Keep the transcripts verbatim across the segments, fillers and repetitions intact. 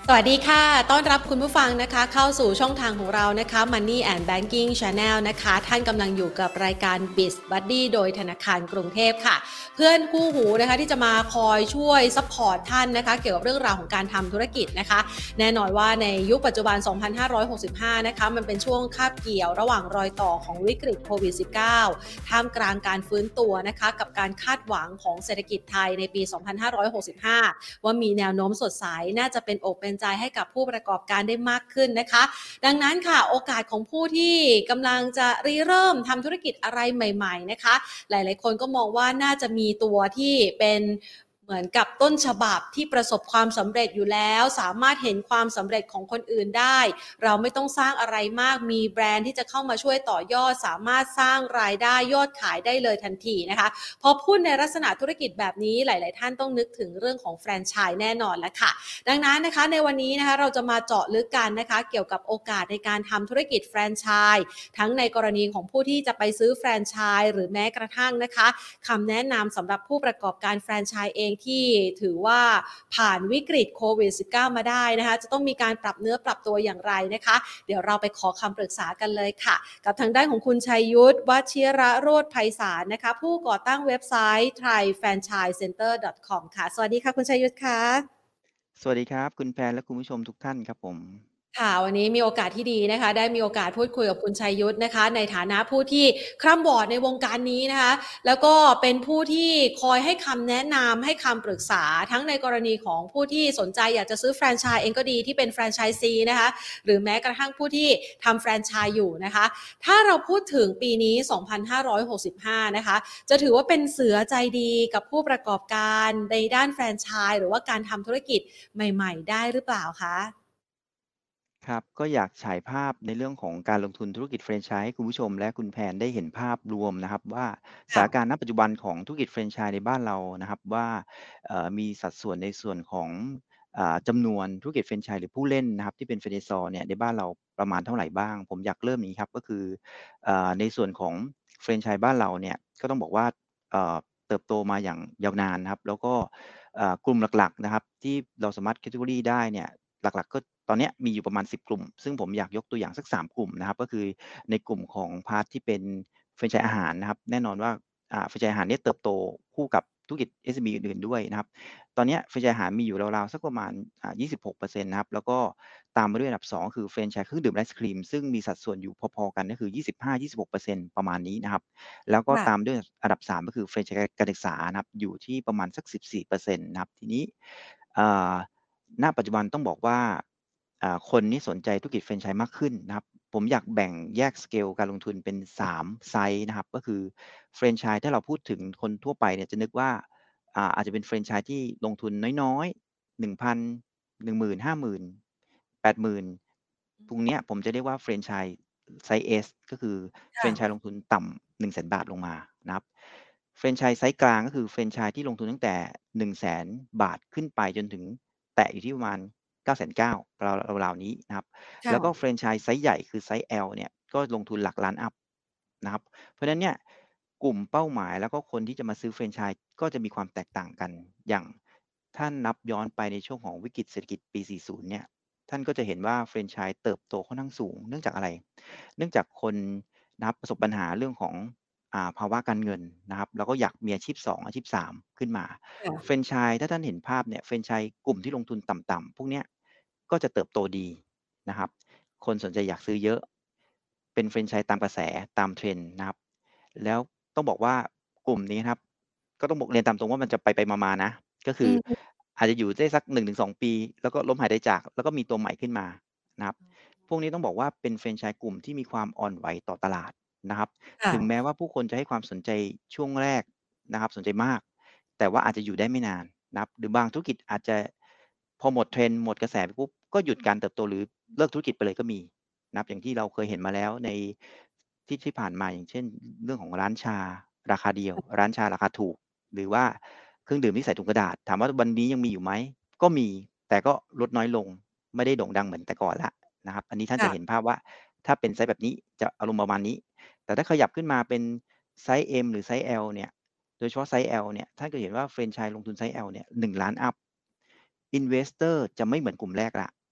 สวัสดีค่ะต้อนรับคุณผู้ฟังนะคะเข้าสู่ช่องทางของเรานะคะ Money and Banking Channel นะคะท่านกำลังอยู่กับรายการ Biz Buddy โดยธนาคารกรุงเทพค่ะเพื่อนคู่หูนะคะที่จะมาคอยช่วยซัพพอร์ตท่านนะคะเกี่ยวกับเรื่องราวของการทำธุรกิจนะคะแน่นอนว่าในยุคปัจจุบัน สองพันห้าร้อยหกสิบห้า นะคะมันเป็นช่วงคาบเกี่ยวระหว่างรอยต่อของวิกฤตโควิด สิบเก้า ท่ามกลางการฟื้นตัวนะคะกับการคาดหวังของเศรษฐกิจไทยในปี สองพันห้าร้อยหกสิบห้า ว่ามีแนวโน้มสดใสน่าจะเป็นอกเป็นใจให้กับผู้ประกอบการได้มากขึ้นนะคะดังนั้นค่ะโอกาสของผู้ที่กำลังจะริเริ่มทำธุรกิจอะไรใหม่ๆนะคะหลายๆคนก็มองว่าน่าจะมีตัวที่เป็นเหมือนกับต้นฉบับที่ประสบความสำเร็จอยู่แล้วสามารถเห็นความสำเร็จของคนอื่นได้เราไม่ต้องสร้างอะไรมากมีแบรนด์ที่จะเข้ามาช่วยต่อยอดสามารถสร้างรายได้ยอดขายได้เลยทันทีนะคะพอพูดในลักษณะธุรกิจแบบนี้หลายๆท่านต้องนึกถึงเรื่องของแฟรนไชส์แน่นอนแล้วค่ะดังนั้นนะคะในวันนี้นะคะเราจะมาเจาะลึกกันนะคะเกี่ยวกับโอกาสในการทำธุรกิจแฟรนไชส์ทั้งในกรณีของผู้ที่จะไปซื้อแฟรนไชส์หรือแม้กระทั่งนะคะคำแนะนำสำหรับผู้ประกอบการแฟรนไชส์เองที่ถือว่าผ่านวิกฤตโควิด สิบเก้า มาได้นะคะจะต้องมีการปรับเนื้อปรับตัวอย่างไรนะคะเดี๋ยวเราไปขอคำปรึกษากันเลยค่ะกับทางด้านของคุณชัยยุทธวชิระโรจน์ไพศาลนะคะผู้ก่อตั้งเว็บไซต์ ไทยแฟรนไชส์เซ็นเตอร์ ดอท คอม ค่ะสวัสดีค่ะคุณชัยยุทธค่ะสวัสดีครับคุณแพนและคุณผู้ชมทุกท่านครับผมค่ะวันนี้มีโอกาสที่ดีนะคะได้มีโอกาสพูดคุยกับคุณชัยยุทธนะคะในฐานะผู้ที่คร่ำวอดในวงการนี้นะคะแล้วก็เป็นผู้ที่คอยให้คำแนะนำให้คำปรึกษาทั้งในกรณีของผู้ที่สนใจอยากจะซื้อแฟรนไชส์เองก็ดีที่เป็นแฟรนไชส์ซีนะคะหรือแม้กระทั่งผู้ที่ทำแฟรนไชส์อยู่นะคะถ้าเราพูดถึงปีนี้สองพันห้าร้อยหกสิบห้านะคะจะถือว่าเป็นเสือใจดีกับผู้ประกอบการในด้านแฟรนไชส์หรือว่าการทำธุรกิจใหม่ๆได้หรือเปล่าคะครับก็อยากฉายภาพในเรื่องของการลงทุนธุรกิจแฟรนไชส์ให้คุณผู้ชมและคุณแพนได้เห็นภาพรวมนะครับว่าสถานการค่ะณ์ณปัจจุบันของธุรกิจแฟรนไชส์ในบ้านเรานะครับว่าเอ่อมีสัดส่วนในส่วนของอ่าจำนวนธุรกิจแฟรนไชส์หรือผู้เล่นนะครับที่เป็น franchisor เนี่ยในบ้านเราประมาณเท่าไรบ้างผมอยากเริ่มอย่างงี้ครับก็คืออ่าในส่วนของแฟรนไชส์บ้านเราเนี่ยก็ต้องบอกว่าเอ่อเติบโตมาอย่างยาวนานนะครับแล้วก็อ่ากลุ่มหลักๆนะครับที่เราสามารถ category ได้เนี่ยหลักๆก็ตอนเนี้ยมีอยู่ประมาณสิบกลุ่มซึ่งผมอยากยกตัวอย่างสักสามกลุ่มนะครับก็คือในกลุ่มของพาร์ตที่เป็นแฟรนไชส์อาหารนะครับแน่นอนว่าอ่าแฟรนไชส์อาหารเนี่ยเติบโตคู่กับธุรกิจ เอส เอ็ม อี อื่นๆด้วยนะครับตอนเนี้ยแฟรนไชส์อาหารมีอยู่ราวๆสักประมาณอ่ายี่สิบหกเปอร์เซ็นต์นต์นะครับแล้วก็ตามมาด้วยอันดับสองก็คือแฟรนไชส์เครื่องดื่มและไอศกรีมซึ่งมีสัดส่วนอยู่พอๆกันก็คือยี่สิบห้า-ยี่สิบหกเปอร์เซ็นต์ประมาณนี้นะครับ แล้วก็ตามค่ะด้วยอันดับสามก็คือแฟรนไชส์การศึกษานะครับอยู่ที่ประมาณสักสิบสี่เปอร์เซ็นต์นต์นะครับทีนี้อ่าณปัจจุบันต้องบอกว่าอ่าคนนี่สนใจธุรกิจแฟรนไชส์มากขึ้นนะครับผมอยากแบ่งแยกสเกลการลงทุนเป็นสามไซซ์นะครับก็คือแฟรนไชส์ถ้าเราพูดถึงคนทั่วไปเนี่ยจะนึกว่าอ่าอาจจะเป็นแฟรนไชส์ที่ลงทุนน้อยๆหนึ่งพัน หนึ่งหมื่น ห้าหมื่น แปดหมื่นตรงเนี้ยผมจะเรียกว่าแฟรนไชส์ไซซ์ S ก็คือแฟรนไชส์ลค่ะงทุนต่ำ หนึ่งแสน บาทลงมานะครับแฟรนไชส์ไซซ์กลางก็คือแฟรนไชส์ที่ลงทุนตั้งแต่ หนึ่งแสน บาทขึ้นไปจนถึงแตะอยู่ที่ประมาณ เก้าแสนเก้าหมื่น ราวราวๆนี้นะครับแล้วก็ค่ะแฟรนไชส์ไซซ์ใหญ่คือไซซ์ L เนี่ยก็ลงทุนหลักล้านอัปนะครับเพราะฉะนั้นเนี่ยกลุ่มเป้าหมายแล้วก็คนที่จะมาซื้อแฟรนไชส์ก็จะมีความแตกต่างกันอย่างถ้านับย้อนไปในช่วงของวิกฤตเศรษฐกิจปี สี่สิบ เนี่ย ท่านก็จะเห็นว่าแฟรนไชส์เติบโตค่อนข้างสูงเนื่องจากอะไรเนื่องจากคนนะครับประสบปัญหาเรื่องของอ่าภาวะการเงินนะครับแล้วก็อยากมีอาชีพสองอาชีพสามขึ้นมาแฟรค่ะนไชส์ถ้าท่านเห็นภาพเนี่ยแฟรนไชส์กลุ่มที่ลงทุนต่ำๆพวกเนี้ยก็จะเติบโตดีนะครับคนสนใจอยากซื้อเยอะเป็นแฟรนไชส์ตามกระแสตาม trend นะครับแล้วต้องบอกว่ากลุ่มนี้นะครับก็ต้องบอกเรียนตามตรงว่ามันจะไปๆมาๆนะก็คืออืมอาจจะอยู่ได้สักหนึ่งถึงสองปีแล้วก็ล้มหายตายจากแล้วก็มีตัวใหม่ขึ้นมานะครับพวกนี้ต้องบอกว่าเป็นแฟรนไชส์กลุ่มที่มีความอ่อนไหวต่อตลาดนะครับถึงแม้ค่ะว่าผู้คนจะให้ความสนใจช่วงแรกนะครับสนใจมากแต่ว่าอาจจะอยู่ได้ไม่นานนะครับหรือบางธุรกิจอาจจะพอหมด trend หมดกระแสไปปุ๊บก็หยุดการเติบโตหรือเลิกธุรกิจไปเลยก็มีนะครับอย่างที่เราเคยเห็นมาแล้วในที่ที่ผ่านมาอย่างเช่นเรื่องของร้านชาราคาเดียวร้านชาราคาถูกหรือว่าเครื่องดื่มที่ใส่ถุงกระดาษถามว่าวันนี้ยังมีอยู่ไหมก็มีแต่ก็ลดน้อยลงไม่ได้โด่งดังเหมือนแต่ก่อนแล้วนะครับอันนี้ท่านจะเห็นค่ะภาพว่าถ้าเป็นไซซ์แบบนี้จะอารมณ์ประมาณนี้แต่ถ้าขยับขึ้นมาเป็นไซซ์ M หรือไซซ์ L เนี่ยโดยเฉพาะไซซ์ L เนี่ยท่านก็เห็นว่าแฟรนไชส์ลงทุนไซซ์ L เนี่ยหนึ่งล้านอัป Investor จะไม่เหมือนกลุ่มแรกแล้ว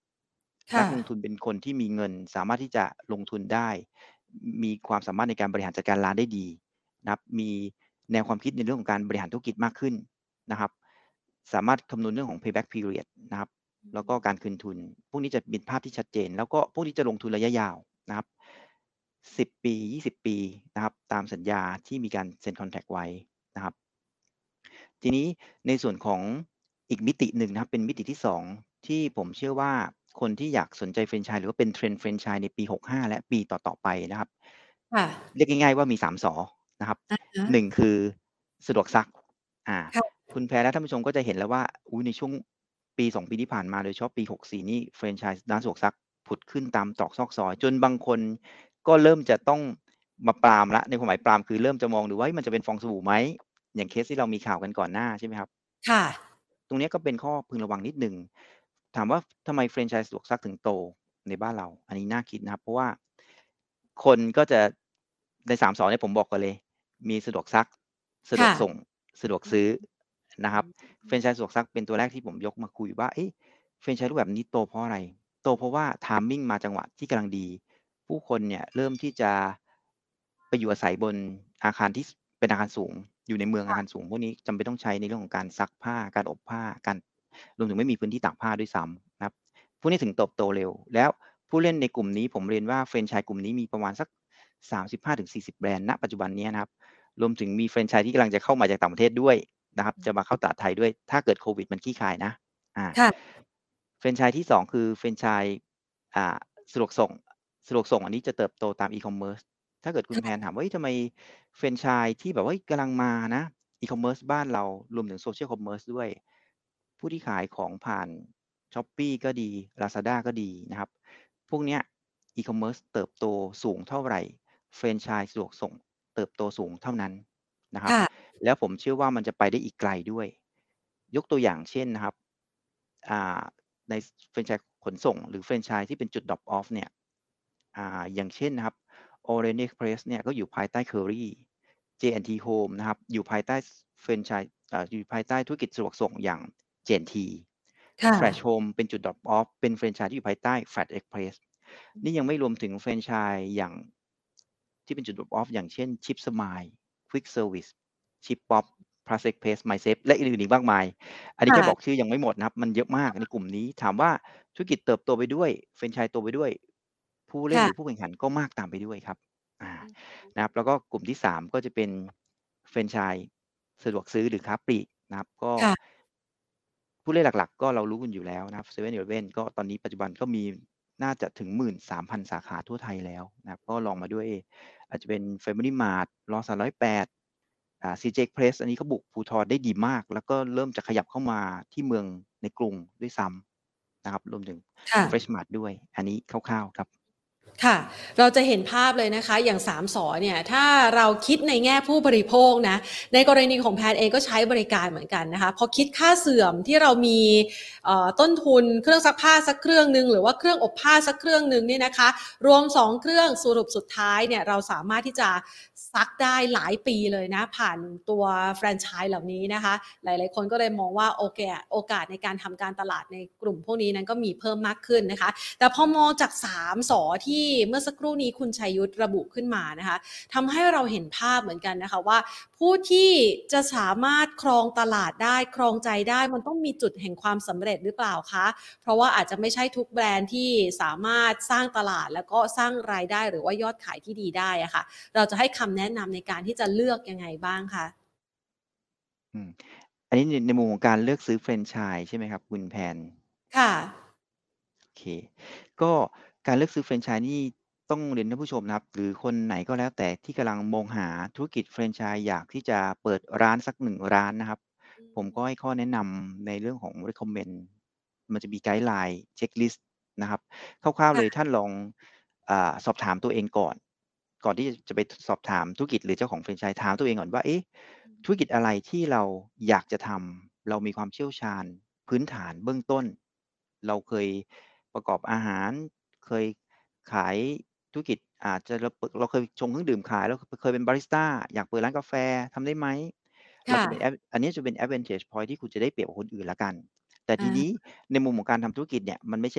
ค่นักลงะทุนเป็นคนที่มีเงินสามารถที่จะลงทุนได้ มีความสามารถในการบริหารจัดการร้านได้ดีนะครับ มีแนวความคิดในเรื่องของการบริหารธุรกิจมากขึ้นนะครับ สามารถคำนวณเรื่องของ payback period นะครับ แล้วก็การคืนทุน พวกนี้จะเป็นภาพที่ชัดเจน แล้วก็พวกนี้จะลงทุนระยะยาวนะครับ สิบ ปี ยี่สิบ ปีนะครับ ตามสัญญาที่มีการเซ็นคอนแทรกต์ไว้นะครับ ทีนี้ในส่วนของอีกมิติหนึ่งนะครับ เป็นมิติที่ สอง ที่ผมเชื่อว่าคนที่อยากสนใจแฟรนไชส์ หรือว่าเป็น Trend แฟรนไชส์ในปี หกห้า และปีต่อ ๆ ไปนะครับค่ะเรียกง่าย ๆ ว่ามี สาม ส นะครับอะฮะหนึ่ง คือสะดวกซัก อ่าค่ะคุณแพรและท่านผู้ชมก็จะเห็นแล้วว่า อุ๊ย ในช่วงปี สอง ปีที่ผ่านมา โดยเฉพาะปี หกสี่ นี่แฟรนไชส์ร้านสะดวกซักผุดขึ้นตามตรอกซอกซอย จนบางคนก็เริ่มจะต้องมาปรามแล้ว ในความหมายปรามคือเริ่มจะมองดูว่า เฮ้ย มันจะเป็นฟองสบู่ไหม อย่างเคสที่เรามีข่าวกันก่อนหน้า ใช่ไหมครับค่ะตรงเนี้ยก็เป็นข้อพึงระวังนิดหนึ่ง ถามว่าทำไมแฟรนไชส์สะดวกซักถึงโตในบ้านเรา อันนี้น่าคิดนะครับ เพราะว่าคนก็จะ ใน สาม ส เนี่ยผมบอกก่อนเลย มีสะดวกซัก สะคดว่กะส่ง สะดวกอืซื้อนะครับ แฟรมนไชส์สะดวกซักเป็นตัวแรกที่ผมยกมาคุยว่า เอ๊ะ แฟรนไชส์รูปแบบนี้โตเพราะอะไร โตเพราะว่า Timing มาจังหวะที่กำลังดี ผู้คนเนี่ยเริ่มที่จะไปอยู่อาศัยบนอาคารที่ ส เป็นอาคารสูง อยู่ในเมืองคอา่คาะรสูง พวกนี้จำเป็นต้องใช้ในเรื่องของการซักผ้า การอบผ้า การ รวมถึงไม่มีพื้นที่ตากผ้าด้วยซ้ำนะครับ พวกนี้ถึงเติบโตเร็ว แล้วผู้เล่นในกลุ่มนี้ผมเรียนว่า แฟรนไชส์กลุ่มนี้มีประมาณสัก สามสิบห้าถึงสี่สิบ แบรนด์ ณ ปัจจุบันเนี้ยนะครับ รวมถึงมีแฟรนไชส์ที่กำลังจะเข้ามาจากต่างประเทศด้วยนะครับ จะมาเข้าตลาดไทยด้วย ถ้าเกิดโควิดมันคลี่คลายนะ อาค่ะแฟรนไชส์ที่ สอง คือแฟรนไชส์ อ่า สะดวกส่ง สะดวกส่งอันนี้จะเติบโตตาม E-commerce ถ้าเกิดคุคณ่แพนะถามว่า เฮ้ย ทำไมแฟรนไชส์ที่แบบว่า เฮ้ย กำลังมานะ E-commerce บ้านเรา รวมถึง Social Commerce ด้วย ผู้ที่ขายของผ่าน Shopee ก็ดี Lazada ก็ดีนะครับ พวกเนี้ย E-commerce เติบโตสูงเท่าไร แฟรนไชส์สะดวกส่งเติบโตสูงเท่านั้นนะครัคบ่ะแล้วผมเชื่อว่ามันจะไปได้อีกไกลด้วย ยกตัวอย่างเช่นนะครับ อ่า ใน ส แฟรนไชส์ขนส่ง หรือแฟรนไชส์ที่เป็นจุด Drop off เนี่ย อ่า อย่างเช่นนะครับ Orient Express เนี่ยก็อยู่ภายใต้ Kurry เจ แอนด์ ที Home นะครับ อยู่ภายใต้ ส แฟรนไชส์ อ่า อยู่ภายใต้ธุรกิจสะดวกส่งอย่าง เจ แอนด์ ทีค่ Flash ะ Home เป็นจุด Drop off เป็นแฟรนไชส์ที่อยู่ภายใต้ Flash Express นี่ยังไม่รวมถึงแฟรนไชส์อย่าง ที่เป็นจุด Drop off อย่างเช่น Chipsmile Quick Service Chipop Plus Express MySafe และอื่น ๆ อีกมากมาย อันนคี้่แค่บอะกชื่อยังไม่หมดนะครับ มันเยอะมากในกลุ่มนี้ ถามว่าธุรกิจเติบโตไปด้วย แฟรนไชส์โตไปด้วย ผู้เล่คน่หรือะผู้แข่งขันก็มากตามไปด้วยครับ อาอือฮึนะครับ แล้วก็กลุ่มที่ สาม ก็จะเป็นแฟรนไชส์สะดวกซื้อหรือค้าปลีกนะครับ ก็ค่ะผู้เล่นหลัก ๆ ก็เรารู้กันอยู่แล้วนะครับ เซเว่น อีเลฟเว่น ก็ตอนนี้ปัจจุบันก็มี น่าจะถึง หนึ่งหมื่นสามพัน สาขาทั่วไทยแล้วนะครับ ก็รองมาด้วยอาจจะเป็น FamilyMart ร. สามร้อยแปด อ่า ซี เจ Express อันนี้เขาบุกภูธรได้ดีมาก แล้วก็เริ่มจะขยับเข้ามาที่เมืองในกรุงด้วยซ้ำนะครับ รวมถึงค่ะ Freshmart ด้วย อันนี้คร่าว ๆ ครับค่ะ เราจะเห็นภาพเลยนะคะ อย่าง สาม ส เนี่ย ถ้าเราคิดในแง่ผู้บริโภคนะ ในกรณีของแพนเองก็ใช้บริการเหมือนกันนะคะ พอคิดค่าเสื่อมที่เรามี เอ่อ ต้นทุนเครื่องซักผ้าสักเครื่องหนึ่ง หรือว่าเครื่องอบผ้าสักเครื่องหนึ่งเนี่ยนะคะ รวม สอง เครื่อง สรุปสุดท้ายเนี่ย เราสามารถที่จะซักได้หลายปีเลยนะ ผ่านตัวแฟรนไชส์เหล่านี้นะคะ หลาย ๆ คนก็เลยมองว่า โอเคอะ โอกาสในการทำการตลาดในกลุ่มพวกนี้นั้นก็มีเพิ่มมากขึ้นนะคะ แต่พอมองจาก สาม ส ที่เมื่อสักครู่นี้คุณชัยยุทธระบุขึ้นมานะคะ ทำให้เราเห็นภาพเหมือนกันนะคะว่า ผู้ที่จะสามารถครองตลาดได้ ครองใจได้ มันต้องมีจุดแห่งความสำเร็จหรือเปล่าคะ? เพราะว่าอาจจะไม่ใช่ทุกแบรนด์ที่สามารถสร้างตลาด แล้วก็สร้างรายได้ หรือว่ายอดขายที่ดีได้อะค่ะ เราจะให้คำแนะนำในการที่จะเลือกยังไงบ้างคะ? อืม อันนี้ใน ในมุมของการเลือกซื้อแฟรนไชส์ใช่ไหมครับคุณแพน? ค่ะโอเค ก็การเลือกซื้อแฟรนไชส์นี่ต้องเรียนท่านผู้ชมนะครับ หรือคนไหนก็แล้วแต่ที่กำลังมองหาธุรกิจแฟรนไชส์ อยากที่จะเปิดร้านสัก หนึ่ง ร้านนะครับอืผมก็มให้ข้อแนะนำในเรื่องของ Recommend มันจะมีไกด์ไลน์ เช็กลิสต์นะครับ คร่าวคๆ่เลยะท่านลอง อ่า สอบถามตัวเองก่อน ก่อนที่จะ จะไป ท สอบถามธุรกิจหรือเจ้าของแฟรนไชส์ ถามตัวเองก่อนว่า เอ๊ะอือฮธุรึกิจอะไรที่เราอยากจะทำ เรามีความเชี่ยวชาญพื้นฐานเบื้องต้น เราเคยประกอบอาหาร เคยขายธุรกิจ อาจจะเรา ป เราเคยชงเครื่องดื่มขาย เราเคยเป็นบาริสตา อยากเปิดร้านกาแฟ ทำได้ไหม? คเรา่จะเป็นะแอด อันนี้จะเป็น Advantage Point ที่คุณจะได้เปรียบกว่าคนอื่นแล้วกัน แต่อทีานี้ในมุมของการทำธุรกิจเนี่ย มันไม่ใช่แค่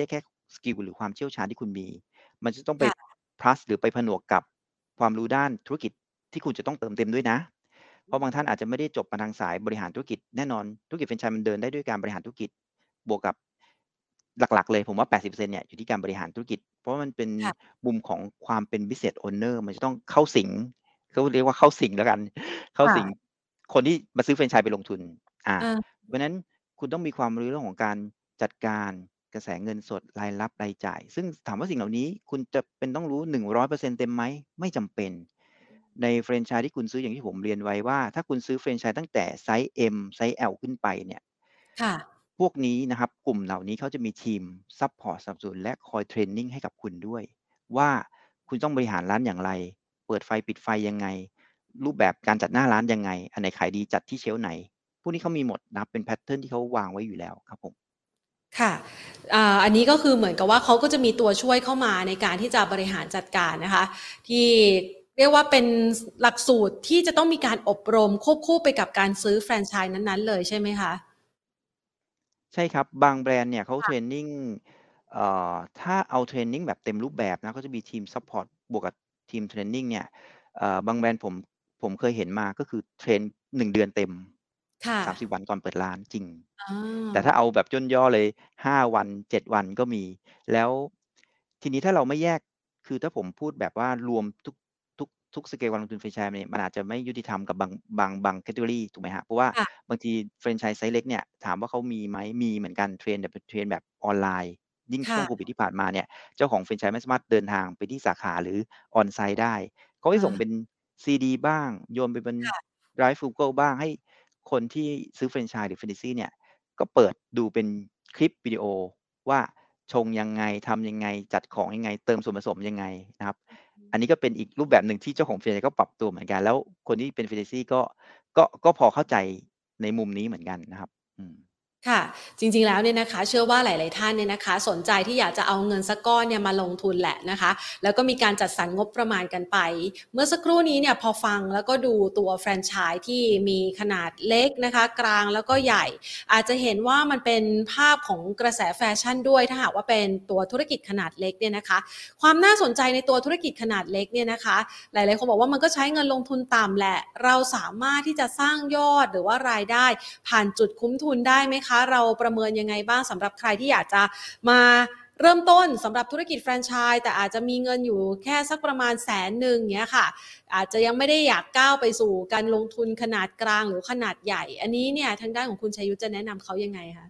สกิลหรือความเชี่ยวชาญที่คุณมี มันจะต้องไปค่ะ plus หรือไปผนวกกับความรู้ด้านธุรกิจที่คุณจะต้องเติมเต็มด้วยนะ เพราะบางท่านอาจจะไม่ได้จบมาทางสายบริหารธุรกิจ แน่นอนธุรกิจแฟรนไชส์มันเดินได้ด้วยการบริหารธุรกิจ บวกกับ หลัก ๆ เลยผมว่า แปดสิบเปอร์เซ็นต์ เนี่ยอยู่ที่การบริหารธุรกิจ เพราะว่ามันเป็นค่ะมุมของความเป็น Business Owner มันจะต้องเข้าสิง เขาเรียกว่าเข้าสิงแล้วกัน เข้าค่สิงะคนที่มาซื้อแฟรนไชส์ไปลงทุน อาเออเพราะฉะนั้นคุณต้องมีความรู้เรื่องของการจัดการกระแสเงินสด รายรับ รายจ่าย ซึ่งถามว่าสิ่งเหล่านี้คุณจะเป็นต้องรู้ หนึ่งร้อยเปอร์เซ็นต์ เต็มไหม? ไม่จำเป็น ในแฟรนไชส์ที่คุณซื้ออย่างที่ผมเรียนไว้ว่า ถ้าคุณซื้อแฟรนไชส์ตั้งแต่ไซซ์ M ไซซ์ L ขึ้นไปเนี่ยค่ะพวกนี้นะครับ กลุ่มเหล่านี้เขาจะมีทีมซัปพอร์ตสนับสนุน และคอยเทรนนิงให้กับคุณด้วยว่าคุณต้องบริหารร้านอย่างไร เปิดไฟปิดไฟยังไง รูปแบบการจัดหน้าร้านยังไง อันไหนขายดีจัดที่ shelf ไหน พวกนี้เขามีหมดนะครับ เป็น แพตเทิร์น ที่เขาวางไว้อยู่แล้วครับผมค่ะ อ่า อันนี้ก็คือเหมือนกับว่าเขาก็จะมีตัวช่วยเข้ามาในการที่จะบริหารจัดการนะคะ ที่เรียกว่าเป็น ส หลักสูตรที่จะต้องมีการอบรมควบคู่ไปกับการซื้อแฟรนไชส์นั้น ๆ เลยใช่ไหมคะ? ใช่ครับ บางแบรนด์เนี่ยเขาค่เทะรนนิง เอ่อ ถ้าเอาเทรนนิงแบบเต็มรูปแบบนะ ก็จะมีทีมซัปพอร์ตบวกกับทีมเทรนนิงเนี่ย เอ่อ บางแบรนด์ผม ผมเคยเห็นมา ก็คือเทรน หนึ่ง เดือนเต็มค่สามสิบะวันก่อนเปิดร้านจริงอ๋แต่ถ้าอเอาแบบย่นย่อเลย ห้า วัน เจ็ด วันก็มี แล้วทีนี้ถ้าเราไม่แยก คือถ้าผมพูดแบบว่ารวมทุก ทุก ทุกสเกลการลงทุนแฟรนไชส์เนี่ย มันอาจจะไม่ยุติธรรมกับบาง บาง บาง แคตทิกอรี ถูกไหมครับ เพราะว่าค่ะบางทีแฟรนไชส์ไซซ์เล็กเนี่ย ถามว่าเขามีไหม มีเหมือนกัน เทรน แต่เป็นเทรนแบบออนไลน์ ยิ่งคช่่วงโคะวิดที่ผ่านมาเนี่ย เจ้าของแฟรนไชส์ไม่สามารถเดินทางไปที่สาขาหรือ On-site ได้ เขาก็อจะส่งาเป็นซีดีบ้าง โยนไปบนค่ะไดรฟ์ Google บ้าง ให้คนที่ซื้อแฟรนไชส์หรือ Franchisee เนี่ย ก็เปิดดูเป็นคลิปวิดีโอว่าชงยังไง ทำยังไง จัดของยังไง เติมส่วนผสมยังไงนะครับอือฮึอันนี้ก็เป็นอีกรูปแบบหนึ่งที่เจ้าของแฟรนไชส์ก็ปรับตัวเหมือนกัน แล้วคนที่เป็น Franchisee ก็ ก็ ก็พอเข้าใจในมุมนี้เหมือนกันนะครับ อืมค่ะ จริง ๆ แล้วเนี่ยนะคะ เชื่อว่าหลาย ๆ ท่านเนี่ยนะคะ สนใจที่อยากจะเอาเงินสักก้อนเนี่ยมาลงทุนแหละนะคะ แล้วก็มีการจัดสรรงบประมาณกันไป เมื่อสักครู่นี้เนี่ยพอฟังแล้วก็ดูตัวแฟรนไชส์ที่มีขนาดเล็กนะคะ กลาง แล้วก็ใหญ่ อาจจะเห็นว่ามันเป็นภาพของกระแสแฟชั่นด้วย ถ้าหากว่าเป็นตัวธุรกิจขนาดเล็กเนี่ยนะคะ ความน่าสนใจในตัวธุรกิจขนาดเล็กเนี่ยนะคะ หลาย ๆ คนบอกว่ามันก็ใช้เงินลงทุนต่ำแหละ เราสามารถที่จะสร้างยอด หรือว่ารายได้ผ่านจุดคุ้มทุนได้ไหมคะ? เราประเมินยังไงบ้าง สำหรับใครที่อยากจะมาเริ่มต้นสำหรับธุรกิจแฟรนไชส์ แต่อาจจะมีเงินอยู่แค่สักประมาณ แสนหนึ่ง เงี้ยค่ะ อาจจะยังไม่ได้อยากก้าวไปสู่การลงทุนขนาดกลางหรือขนาดใหญ่ อันนี้เนี่ยทางด้านของคุณชัยยุทธจะแนะนำเขายังไงคะ?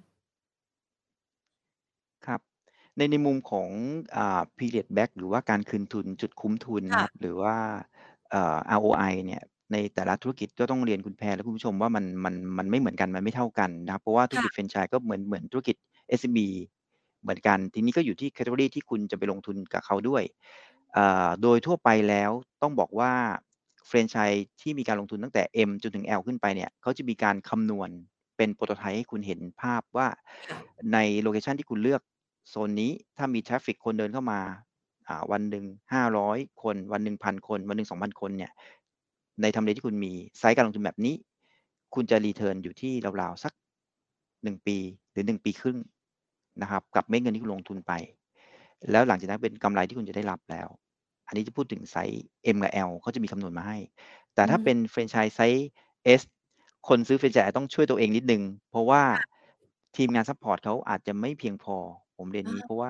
ครับ ใน ในมุมของ อ่า Period Back หรือว่าการคืนทุน จุดคุ้มทุนคนะ่คระับ หรือว่า เอ่อ อาร์ โอ ไอ เนี่ย ในแต่ละธุรกิจก็ต้องเรียนคุณแพรและคุณผู้ชมว่ามัน มัน มันไม่เหมือนกัน มันไม่เท่ากันนะครับ เพราะว่าธุคร่กิะจแฟรนไชส์ก็เหมือน เหมือนธุรกิจ เอส เอ็ม อี เหมือนกัน ทีนี้ก็อยู่ที่ แคตทิกอรี ที่คุณจะไปลงทุนกับเขาด้วย อ่า โดยทั่วไปแล้วต้องบอกว่าแฟรนไชส์ที่มีการลงทุนตั้งแต่ M จนถึง L ขึ้นไปเนี่ย เขาจะมีการคำนวณเป็น Prototype ให้คุณเห็นภาพว่าค่ะในโลเคชันที่คุณเลือก โซนนี้ถ้ามี ทราฟฟิก คนเดินเข้ามา อ่า วันหนึ่ง ห้าร้อย คน วันหนึ่ง พัน คน วันหนึ่ง สองพัน คนเนี่ย ในทำเลที่คุณมี ไซซ์การลงทุนแบบนี้ คุณจะ รีเทิร์น อยู่ที่ราว ๆ สัก หนึ่ง ปี หรือ หนึ่ง ปีครึ่งนะครับ กับเม็ดเงินที่คุณลงทุนไป แล้วหลังจากนั้นเป็นกำไรที่คุณจะได้รับแล้ว อันนี้จะพูดถึงไซซ์ M กับ L เขาจะมีคำนวณมาให้ แต่ถ้าเป็นอืมแฟรนไชส์ไซซ์ S คนซื้อแฟรนไชส์อาจต้องช่วยตัวเองนิดหนึ่ง เพราะว่าค่ะทีมงานซัปพอร์ตเขาอาจจะไม่เพียงพอ ผมเรียนองี้ เพราะ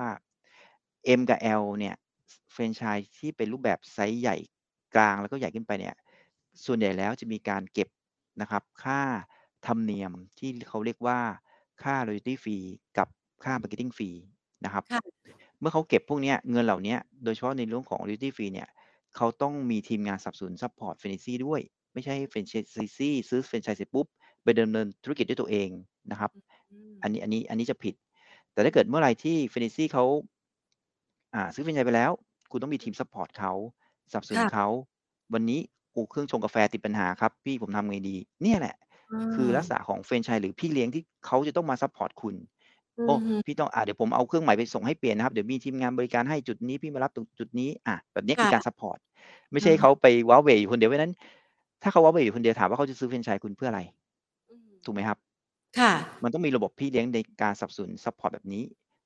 าว่า M กับ L เนี่ย ส แฟรนไชส์ที่เป็นรูปแบบไซซ์ใหญ่ กลาง แล้วก็ใหญ่ขึ้นไปเนี่ย ส่วนใหญ่แล้วจะมีการเก็บนะครับ ค่าธรรมเนียมที่เขาเรียกว่า ค่า Royalty Fee กับค่า Marketing Fee นะครับค่ะเมื่อเขาเก็บพวกเนี้ย เงินเหล่าเนี้ย โดยเฉพาะในเรื่องของ Royalty Fee เนี่ย เขาต้องมีทีมงานสนับสนุนซัปพอร์ต Franchisee ด้วย ไม่ใช่ให้ Franchisee ซื้อแฟรนไชส์เสร็จปุ๊บ ไปดำเนินธุรกิจด้วยตัวเองนะครับอือันมนี้ อันนี้ อันนี้จะผิด แต่อถ้าเกิืดมเมื่อไรที่ Franchisee เขา อ่า ซื้อแฟรนไชส์ไปแล้ว คุณต้องมีทีมซัปพอร์ตเขา สนับสนุคน่ะเขา วันนี้ โอ้ เครื่องชงกาแฟติดปัญหาครับ พี่ผมทำไงดี เนี่ยแหละอคือลักษาณะของแฟรนไชส์หรือพี่เลี้ยงที่เขาจะต้องมาซัปพอร์ตคุณ โอ้อือฮึพี่ต้อง อ่า เดี๋ยวผมเอาเครื่องใหม่ไปส่งให้เปลี่ยนนะครับ เดี๋ยวมีทีมงานบริการให้จุดนี้ พี่มารับตรงจุดนี้ อา แบบเนี้ยคค่ืะอการซัปพอร์ต ไม่อใชะ่ให้ฮเขาะไปว้าเหว่อยู่คนเดียว เพราะฉะนั้นถ้าเขาว้าเหว่อยู่คนเดียว ถามว่าเขาจะซื้อแฟรนไชส์คุณเพื่ออะไร? อืมถูกไหมครับ? ค่ะมันต้องมีระบบพี่เลี้ยงในการสนับสนุนซัปพอร์ตแบบนี้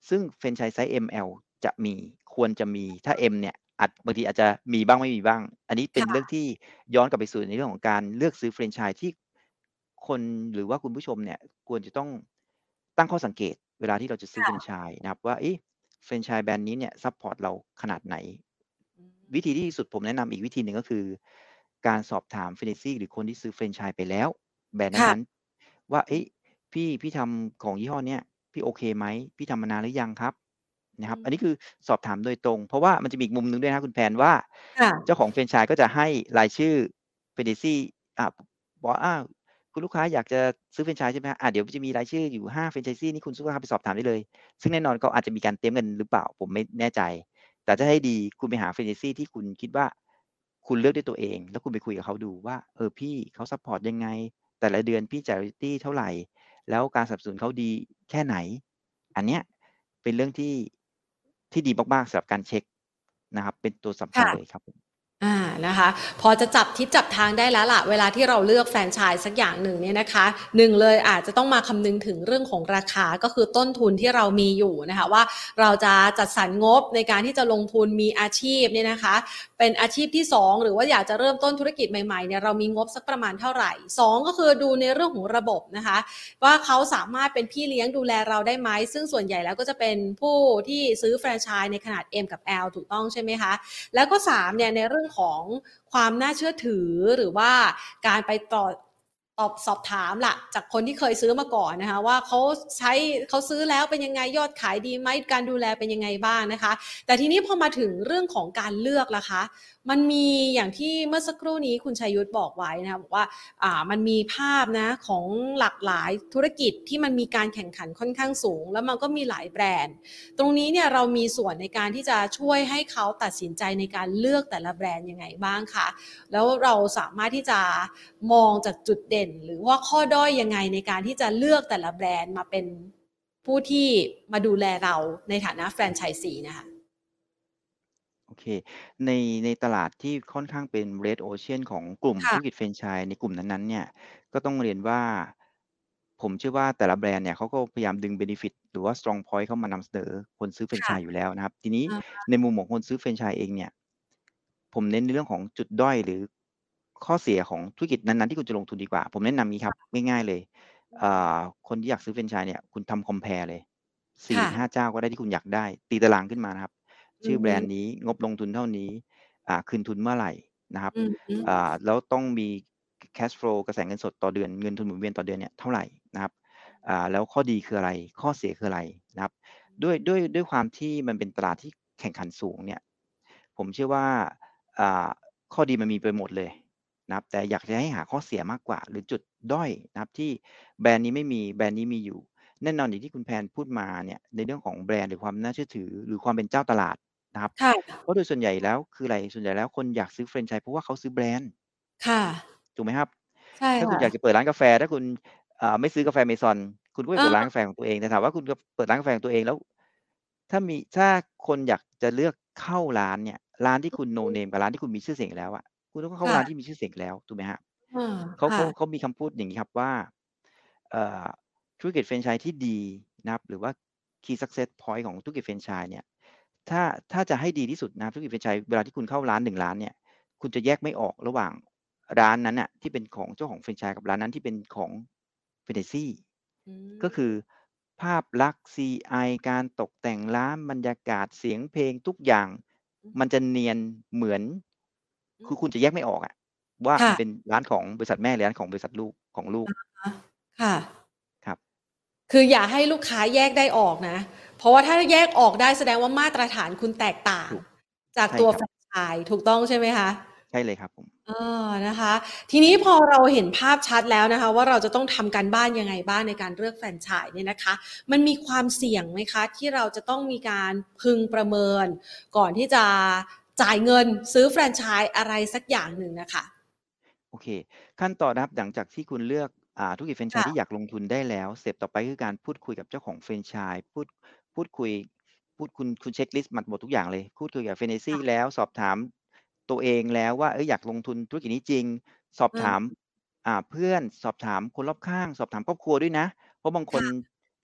ซึ่งแฟรนไชส์ไซซ์ เอ็ม แอล จะมี ควรจะมี ถ้า M เนี่ยอาจ บางทีอาจจะมีบ้างไม่มีบ้าง อันนี้เปค็น่เรื่อะงที่ย้อนกลับไปสู่ในเรื่องของการเลือกซื้อแฟรนไชส์ที่คน หรือว่าคุณผู้ชมเนี่ยควรจะต้องตั้งข้อสังเกตเวลาที่เราจะซื้คอแ่ฟรนะไชส์นะครับว่า เอ๊ะ แฟรนไชส์แบรนด์นี้เนี่ยซัปพอร์ตเราขนาดไหนอืวิธีที่มดีที่สุดผมแนะนำอีกวิธีหนึ่ง ก็คือการสอบถาม Franchisee หรือคนที่ซื้อแฟรนไชส์ไปแล้ว แบรนด์ค่ะนั้น ๆ ว่า "เออื๊ะมพี่ พี่ทำของยี่ห้อเนี้ย พี่โอเคไหม? พี่ทำมานานหรือยังครับ?" นอะืครับ อันนี้มคือสอบถามโดยตรง เพราะว่ามันจะมีอีกมุมหนึ่งด้วยนะครับคุณแพนว่าค่เจ้าะของแฟรนไชส์ก็จะให้รายชื่อ Franchisee อ่า บอกว่า "อา คุณลูกค้าอยากจะซื้อแฟรนไชส์ใช่ไหมครับ? อา เดี๋ยวจะมีรายชื่ออยู่ ห้า Franchisee นี่คุณลูกค้าไปสอบถามได้เลย" ซึ่งแน่นอนเขาอาจจะมีการเตรียมกันหรือเปล่า ผมไม่แน่ใจ แต่ถ้าให้ดีคุณไปหา Franchisee ที่คุณคิดว่า คุณเลือกด้วยตัวเอง แล้วคุณไปคุยกับเขาดูว่า "เออ พี่เขาซัปพอร์ตยังไง? แต่ละเดือนพี่จ่าย Royalty เท่าไร? แล้วการสนับสนุนเขาดีแค่ไหน?" อันเนี้ยเป็นเรื่องที่ ที่ดีมาก ๆ สำหรับการเช็กนะครับ เป็นตัวสำคคัญ่ะเลยครับผมอา นะคะ พอจะจับทิศจับทางได้แล้วล่ะ เวลาที่เราเลือกแฟรนไชส์สักอย่างหนึ่งเนี่ยนะคะ หนึ่ง เลยอาจจะต้องมาคำนึงถึงเรื่องของราคา ก็คือต้นทุนที่เรามีอยู่นะคะว่า เราจะจัดสรรงบในการที่จะลงทุนมีอาชีพเนี่ยนะคะ เป็นอาชีพที่ สอง หรือว่าอยากจะเริ่มต้นธุรกิจใหม่ ๆ เนี่ย เรามีงบสักประมาณเท่าไร? สอง ก็คือดูในเรื่องของระบบนะคะว่า เขาสามารถเป็นพี่เลี้ยงดูแลเราได้ไหม? ซึ่งส่วนใหญ่แล้วก็จะเป็นผู้ที่ซื้อแฟรนไชส์ในขนาด M กับ L ถูกต้องใช่ไหมคะ? แล้วก็ สาม เนี่ย ในเรื่องของความน่าเชื่อถือ หรือว่าการไปตอด ตอบ สอบถามล่ะ จากคนที่เคยซื้อมาก่อนนะคะว่า เขาใช้ เขาซื้อแล้วเป็นยังไง? ยอดขายดีไหม? การดูแลเป็นยังไงบ้างนะคะ แต่ทีนี้พอมาถึงเรื่องของการเลือกล่ะคะ มันมีอย่างที่เมื่อสักครู่นี้คุณชัยยุทธบอกไว้นะคะ บอกว่า อ่า มันมีภาพนะของหลากหลายธุรกิจที่มันมีการแข่งขันค่อนข้างสูง แล้วมันก็มีหลายแบรนด์ ตรงนี้เนี่ยเรามีส่วนในการที่จะช่วยให้เขาตัดสินใจในการเลือกแต่ละแบรนด์ยังไงบ้างคะ? แล้วเราสามารถที่จะมองจากจุดเด่น หรือว่าข้อด้อยยังไง? ในการที่จะเลือกแต่ละแบรนด์มาเป็นผู้ที่มาดูแลเราในฐานะแฟรนไชส์ซีน่ะค่ะโอเค ใน ในตลาดที่ค่อนข้างเป็น Red Ocean ของกลุ่มค่ธุระกิจแฟรนไชส์ในกลุ่มนั้น ๆ เนี่ย ก็ต้องเรียนว่า ผมเชื่อว่าแต่ละแบรนด์เนี่ยเขาก็พยายามดึง เบเนฟิต หรือว่า สตรองพ็อยนต์ เข้ามานำเสนอคนซื้อแฟรคนไช่ะส์อยู่แล้วนะครับ ทีนี้อะฮะในมุมของคนซื้อแฟรนไชส์เองเนี่ย ผมเน้นในเรื่องของจุดด้อย หรือข้อเสียของธุรกิจนั้น ๆ ที่คุณจะลงทุนดีกว่า ผมแนะนำงี้คครั่บะง่าย ๆ เลยอือ่มา คนที่อยากซื้อแฟรนไชส์เนี่ย คุณทำ Compare เลย สคี่่ถึงะห้า เจ้าก็ได้ที่คุณอยากได้ ตีตารางขึ้นมานะครับอชืื่อฮอแบรึนด์นี้ งบลงทุนเท่านี้ อ่า คืนทุนเมื่อไรนะครับอือฮึอ่า แล้วต้องมี Cash Flow กระแสเงินสดต่อเดือน เงินทุนหมุนเวียนต่อเดือนเนี่ยเท่าไรนะครับ อ่า แล้วข้อดีคืออะไร? ข้อเสียคืออะไร? นะครับ ด้วย ด้วย ด้วยความที่มันเป็นตลาดที่แข่งขันสูงเนี่ย ผมเชื่อว่า อ่า ข้อดีมันมีไปหมดเลยนะครับ แต่อยากจะให้หาข้อเสียมากกว่า หรือจุดด้อยนะครับที่แบรนด์นี้ไม่มี แบรนด์นี้มีอยู่ แน่นอนอย่างที่คุณแพนพูดมาเนี่ย ในเรื่องของแบรนด์ หรือความน่าเชื่อถือ หรือความเป็นเจ้าตลาดนะครับค่ะเพราะโดยส่วนใหญ่แล้วคืออะไร? ส่วนใหญ่แล้วคนอยากซื้อแฟรนไชส์ เพราะว่าเขาซื้อแบรนด์ค่ะถูกไหมครับ? ใช่คถ้าคุ่ณอยากะจะเปิดร้านกาแฟ ถ้าคุณ อ่า ไม่ซื้อกาแฟ Maison คุณก็ไปเปิดร้านกาเออแฟของตัวเอง แต่ถามว่าคุณจะเปิดร้านกาแฟของตัวเองแล้ว ถ้ามี ถ้าคนอยากจะเลือกเข้าร้านเนี่ย ร้านที่คุณ no อือฮึ name กับร้านที่คุณมีชื่อเสียงอยู่แล้วอะ คุณต้องเข้คา่ร้านะที่มีชื่อเสียงอยู่แล้ว ถูกไหมครับ? เออเขาค่เขาะเขามีคำพูดอย่างงี้ครับว่า เอ่อ ธุรกิจแฟรนไชส์ที่ดีนะครับ หรือว่า Key Success Point ของธุรกิจแฟรนไชส์เนี่ย ถ้า ถ้าจะให้ดีที่สุดนะธุรกิจแฟรนไชส์เวลาที่คุณเข้าร้าน หนึ่ง ร้านเนี่ย คุณจะแยกไม่ออกระหว่างร้านนั้นน่ะที่เป็นของเจ้าของแฟรนไชส์ กับร้านนั้นที่เป็นของ Franchisee อืก็คือมภาพลักษณ์ ซีไอ การตกแต่งร้าน บรรยากาศ เสียงเพลง ทุกอย่างอือฮมันึจะเนียนเหมือนอืคือคุณจะแยกมไม่ออกอะว่าค่มันเะป็นร้านของบริษัทแม่ หรือร้านของบริษัทลูก ของลูกอะฮะ ค่ะครับคืออย่าให้ลูกค้าแยกได้ออกนะ เพราะว่าถ้าแยกออกได้แสดงว่ามาตรฐานคุณแตกต่างถูกจากใช่ครตัวแัฟบรนไชส์ ถูกต้องใช่ไหมคะ? ใช่เลยครับผมเออ นะคะ ทีนี้พอเราเห็นภาพชัดแล้วนะคะว่า เราจะต้องทำการบ้านยังไงบ้างในการเลือกแฟรนไชส์เนี่ยนะคะ มันมีความเสี่ยงไหมคะ? ที่เราจะต้องมีการพึงประเมินก่อนที่จะจ่ายเงินซื้อแฟรนไชส์อะไรสักอย่างหนึ่งน่ะค่ะโอเค ขั้นตอนนะครับ หลังจากที่คุณเลือก อ่า ธุรกิจแฟรนไชค่ส์ที่อะยากลงทุนได้แล้ว สเต็ปต่อไปคือการพูดคุยกับเจ้าของแฟรนไชส์ พูด พูดคุย พูด คุณ คุณเช็กลิสต์มาหมดทุกอย่างเลย พูดคุยกับค่ Franchisee ะแล้ว สอบถามตัวเองแล้วว่า เฮ้ย อยากลงทุนธุรกิจนี้จริง สอบอืถามมอ่า เพื่อน สอบถามคนรอบข้าง สอบถามครอบครัวด้วยนะ เพราะบางคค่นะ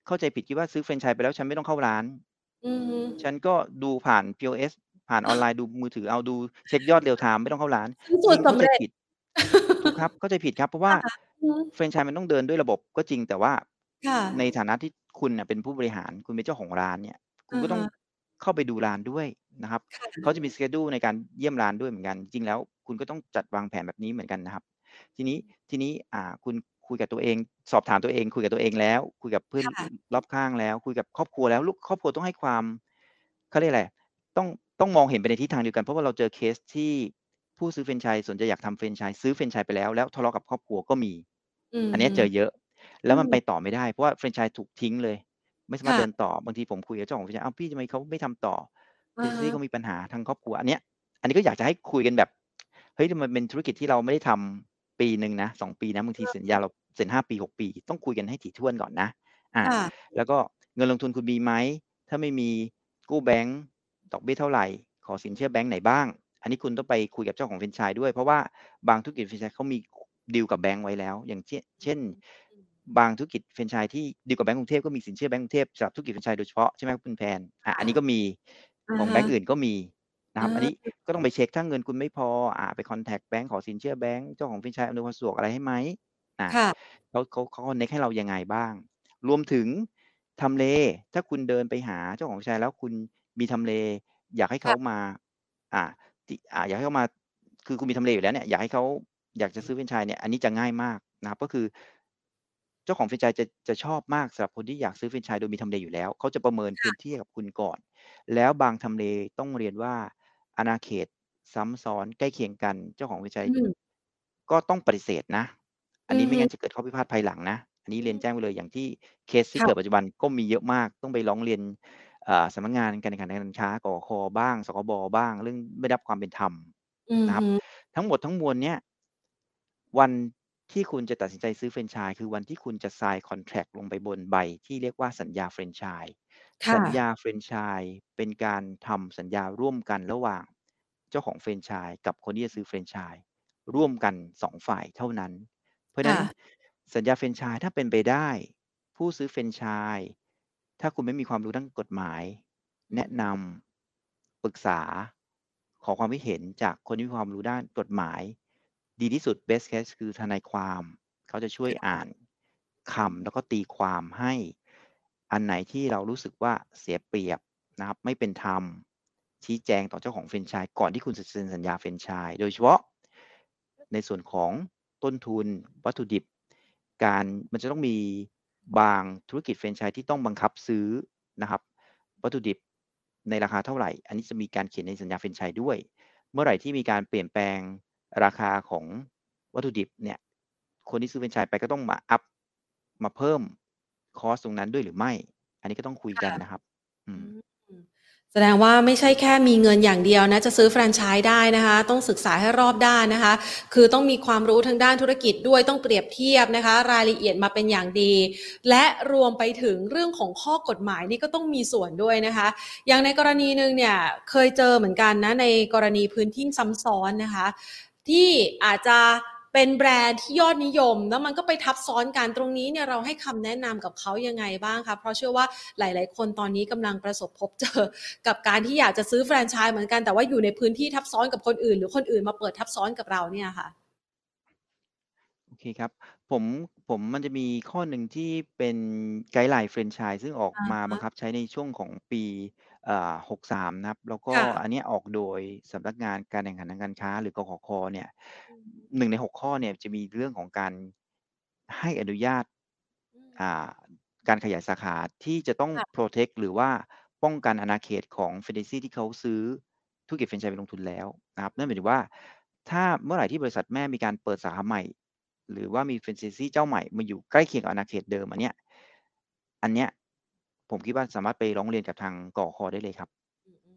เข้าใจผิดคิดว่าซื้อแฟรนไชส์ไปแล้วฉันไม่ต้องเข้าร้านอือฮึฉันก็ดูผ่าน พี โอ เอส ผ่านออนไลน์ ดูมือถือเอา ดูเช็กยอด real time ไม่ต้องเข้าร้านซื้อสจูรติงร์สเข้าำใจเร็จผิด ถูกครับ เข้าใจผิดครับ เพราะว่าค่ะ อือฮึแฟรนไชส์มันต้องเดินด้วยระบบก็จริง แต่ว่าค่ในะฐานะที่คุณน่ะเป็นผู้บริหาร คุณเป็นเจ้าของร้านเนี่ย คุอณะฮก็ต้องะเข้าไปดูร้านด้วยนะครับค่เขาะจะมี schedule ในการเยี่ยมร้านด้วยเหมือนกัน จริง ๆ แล้วคุณก็ต้องจัดวางแผนแบบนี้เหมือนกันนะครับ ทีนี้ ทีนี้ อ่า คุณคุยกับตัวเอง สอบถามตัวเอง คุยกับตัวเองแล้ว คุยกับเพื่อนค่ะรอบข้างแล้ว คุยกับครอบครัวแล้ว ลูก ครอบครัวต้องให้ความ เขาเรียกอะไร ต้อง ต้องมองเห็นไปในทิศทางเดียวกัน เพราะว่าเราเจอเคสที่ผู้ซื้อแฟรนไชส์สนใจอยากทำแฟรนไชส์ ซื้อแฟรนไชส์ไปแล้ว แล้วทะเลาะกับครอบครัวก็มี อันเนี้อือฮยึเจอเยอะ แอลื้วมันไปมต่อไม่ได้ เพราะว่าแฟรนไชส์ถูกทิ้งเลย ไม่สาคมา่รถเดิะนต่อ บางทีผมคุยกับเจ้าของแฟรนไชส์ "อ้าว พี่ทำไมเขาไม่ทำต่ออแฟระนไชฮส์ะเขามีปัญหาทางครอบครัว" อันเนี้ย อันนี้ก็อยากจะให้คุยกันแบบ เฮ้ย ทำไมมันเป็นธุรกิจที่เราไม่ได้ทำปีหนึ่งนะ สอง ปีนะ บางทีสัญญาเราเซ็น ห้า ปี หก ปี ต้องคุยกันให้ถี่ถ้วนก่อนนะ อาค่ะแล้วก็เงินลงทุนคุณมีไหม ถ้าไม่มีกู้แบงก์ ดอกเบี้ยเท่าไร ขอสินเชื่อแบงก์ไหนบ้าง อันนี้คุณต้องไปคุยกับเจ้าของแฟรนไชส์ด้วย เพราะว่าบางธุรกิจแฟรนไชส์เขามี ดีลกับแบงก์ไว้แล้ว อย่างเช่น เช่นอืมบางธุรกิจแฟรนไชส์ที่ดีลกับแบงก์กรุงเทพ ก็มีสินเชื่อแบงก์กรุงเทพสำหรับธุรกิจแฟรนไชส์โดยเฉพาะ ใช่ไหมครับคุณแพนคอ่า่อัะนนี้ก็มีอะฮของแบะงก์อื่นก็มีนะอครับ อันนี้าก็ต้องไปเช็ก ถ้าเงินคุณไม่พอ อ่า ไปคอนแท็กต์แบงก์ ขอสินเชื่อแบงก์ เจ้าของแฟรนไชส์อำนวยความสะดวกอะไรให้ไหม อ่าค่ะเขา เขา เขาคอนเน็กต์ให้เรายังไงบ้าง รวมถึงทำเล ถ้าคุณเดินไปหาเจ้าของแฟรนไชส์แล้วคุณมีทำเล อยากให้เคข่าะมา อ่า ที่ อ่า อยากให้เขามา คือคุณมีทำเลอยู่แล้วเนี่ย อยากให้เขา อยากจะซื้อแฟรนไชส์เนี่ย อันนี้จะง่ายมากนะครับ ก็คือ เจ้าของแฟรนไชส์จะ จะชอบมากสำหรับคนที่อยากซื้อแฟรนไชส์โดยมีทำเลอยู่แล้ว เขาจะประเมินคพ่ื้ะนที่ให้กับคุณก่อน แล้วบางทำเลต้องเรียนว่า อาณาเขตซ้ำซ้อนใกล้เคียงกัน เจ้าของแฟรนไชอืส์มก็ต้องปฏิเสธนะ อัอนืนี้อไมฮ่ึงั้นจะเกิดข้อพิพาทภายหลังนะ อันนี้อืมเรียนแจ้งไว้เลย อย่างที่เคสที่ค่เกิดะปัจจุบันก็มีเยอะมาก ต้องไปร้องเรียน อ่า สำนักงานการแข่งขันการค้า กข. บ้าง สคบ. บ้าง เรื่องไม่ได้รับความเป็นธรรมนอือะคฮรับึทั้งหมดทั้งมวลเนี้ย วันที่คุณจะตัดสินใจซื้อแฟรนไชส์ คือวันที่คุณจะ sign คอนแทรกต์ลงไปบนใบที่เรียกว่าสัญญาแฟรนไชส์ค่สัญะญาแฟรนไชส์เป็นการทำสัญญาร่วมกันระหว่างเจ้าของแฟรนไชส์กับคนที่จะซื้อแฟรนไชส์ร่วมกัน สอง ฝ่ายเท่านั้น เพราะฉคะ่นั้นะสัญญาแฟรนไชส์ถ้าเป็นไปได้ ผู้ซื้อแฟรนไชส์ ถ้าคุณไม่มีความรู้ด้านกฎหมาย แนะอือฮนึำ ปรึกษา ขอความคิดเห็นจากคนที่มีความรู้ด้านกฎหมาย ดีที่สุด Best case คือทนายความ เขาจะช่วยค่อะ่านคอืำ แลม้วก็ตีความให้ อันไหนที่เรารู้สึกว่าเสียเปรียบนะครับ ไม่เป็นธรรม ชี้แจงต่อเจ้าของแฟรนไชส์ก่อนที่คุณจะเซ็นสัญญาแฟรนไชส์ โดยเฉพาะในส่วนของต้นทุน วัตถุดิบ การ มันจะต้องมีบางธุรกิจแฟรนไชส์ที่ต้องบังคับซื้อนะครับ วัตถุดิบในราคาเท่าไร อันนี้จะมีการเขียนในสัญญาแฟรนไชส์ด้วย เมื่อไหร่ที่มีการเปลี่ยนแปลงราคาของวัตถุดิบเนี่ย คนที่ซื้อแฟรนไชส์ไปก็ต้องมาอัป มาเพิ่มคอสต์ตรงนั้นด้วยหรือไม่ อันนี้ก็ต้องคุยค่กันะนะครับ อือืมม แสดงว่าไม่ใช่แค่มีเงินอย่างเดียวนะ จะซื้อแฟรนไชส์ได้นะคะ ต้องศึกษาให้รอบด้านนะคะ คือต้องมีความรู้ทางด้านธุรกิจด้วย ต้องเปรียบเทียบนะคะรายละเอียดมาเป็นอย่างดี และรวมไปถึงเรื่องของข้อกฎหมายนี่ก็ต้องมีส่วนด้วยนะคะ อย่างในกรณีหนึ่งเนี่ย เคยเจอเหมือนกันนะ ในกรณีพื้นที่ซ้ำซ้อนนะคะ ที่อาจจะเป็นแบรนด์ที่ยอดนิยม แล้วมันก็ไปทับซ้อนกัน ตรงนี้เนี่ยเราให้คำแนะนำกับเขายังไงบ้างคะ? เพราะเชื่อว่าหลาย ๆ คนตอนนี้กำลังประสบพบ เจอ กับการที่อยากจะซื้อแฟรนไชส์เหมือนกัน แต่ว่าอยู่ในพื้นที่ทับซ้อนกับคนอื่น หรือคนอื่นมาเปิดทับซ้อนกับเราเนี่ยค่ะโอเคครับ ผม ผม มันจะมีข้อหนึ่งที่เป็นไกด์ไลน์แฟรนไชส์ ซึ่งออกอะฮมาบังะคับใช้ในช่วงของปี อ่า หกสาม นะครับ แล้วก็ค่อัะนเนี้ยออกโดยสำนักงานการแข่งขันทางการค้า หรือ กขค. เนี่ยอือฮึหนึ่ง ใน หก ข้อเนี่ยจะมีเรื่องของการให้อนุญาตอืมอ่า การขยายสาขาที่จะต้องค่ะโพรเทกต์ หรือว่าป้องกันอาณาเขตของ แฟรนไชซี ที่เขาซื้อธุรกิจแฟรนไชส์ไปลงทุนแล้วนะครับ นั่นหมายถึงว่า ถ้าเมื่อไหร่ที่บริษัทแม่มีการเปิดสาขาใหม่ หรือว่ามี แฟรนไชซี เจ้าใหม่มาอยู่ใกล้เคียงกับอาณาเขตเดิม อันเนี้ย อันเนี้ยผมคิดว่าสามารถไปร้องเรียนกับทาง กขค. ได้เลยครับอือ อือฮึ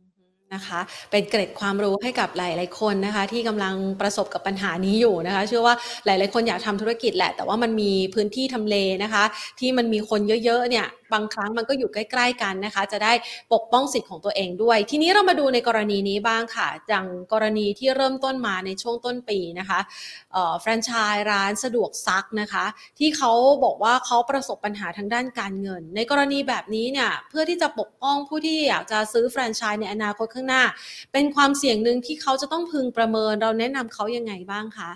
นะคะเป็นเกร็ดความรู้ให้กับหลายๆคนนะคะที่กำลังประสบกับปัญหานี้อยู่นะคะเชื่อว่าหลายๆคนอยากทำธุรกิจแหละแต่ว่ามันมีพื้นที่ทำเลนะคะที่มันมีคนเยอะๆเนี่ยบางครั้งมันก็อยู่ใกล้ๆกันนะคะจะได้ปกป้องสิทธิ์ของตัวเองด้วยทีนี้เรามาดูในกรณีนี้บ้างค่ะอย่างกรณีที่เริ่มต้นมาในช่วงต้นปีนะคะเอ่อแฟรนไชส์ร้านสะดวกซักนะคะที่เขาบอกว่าเขาประสบปัญหาทางด้านการเงินในกรณีแบบนี้เนี่ยเพื่อที่จะปกป้องผู้ที่อยากจะซื้อแฟรนไชส์ในอนาคตข้างหน้าเป็นความเสี่ยงหนึ่งที่เขาจะต้องพึงประเมินเราแนะนำเขายังไงบ้างคะ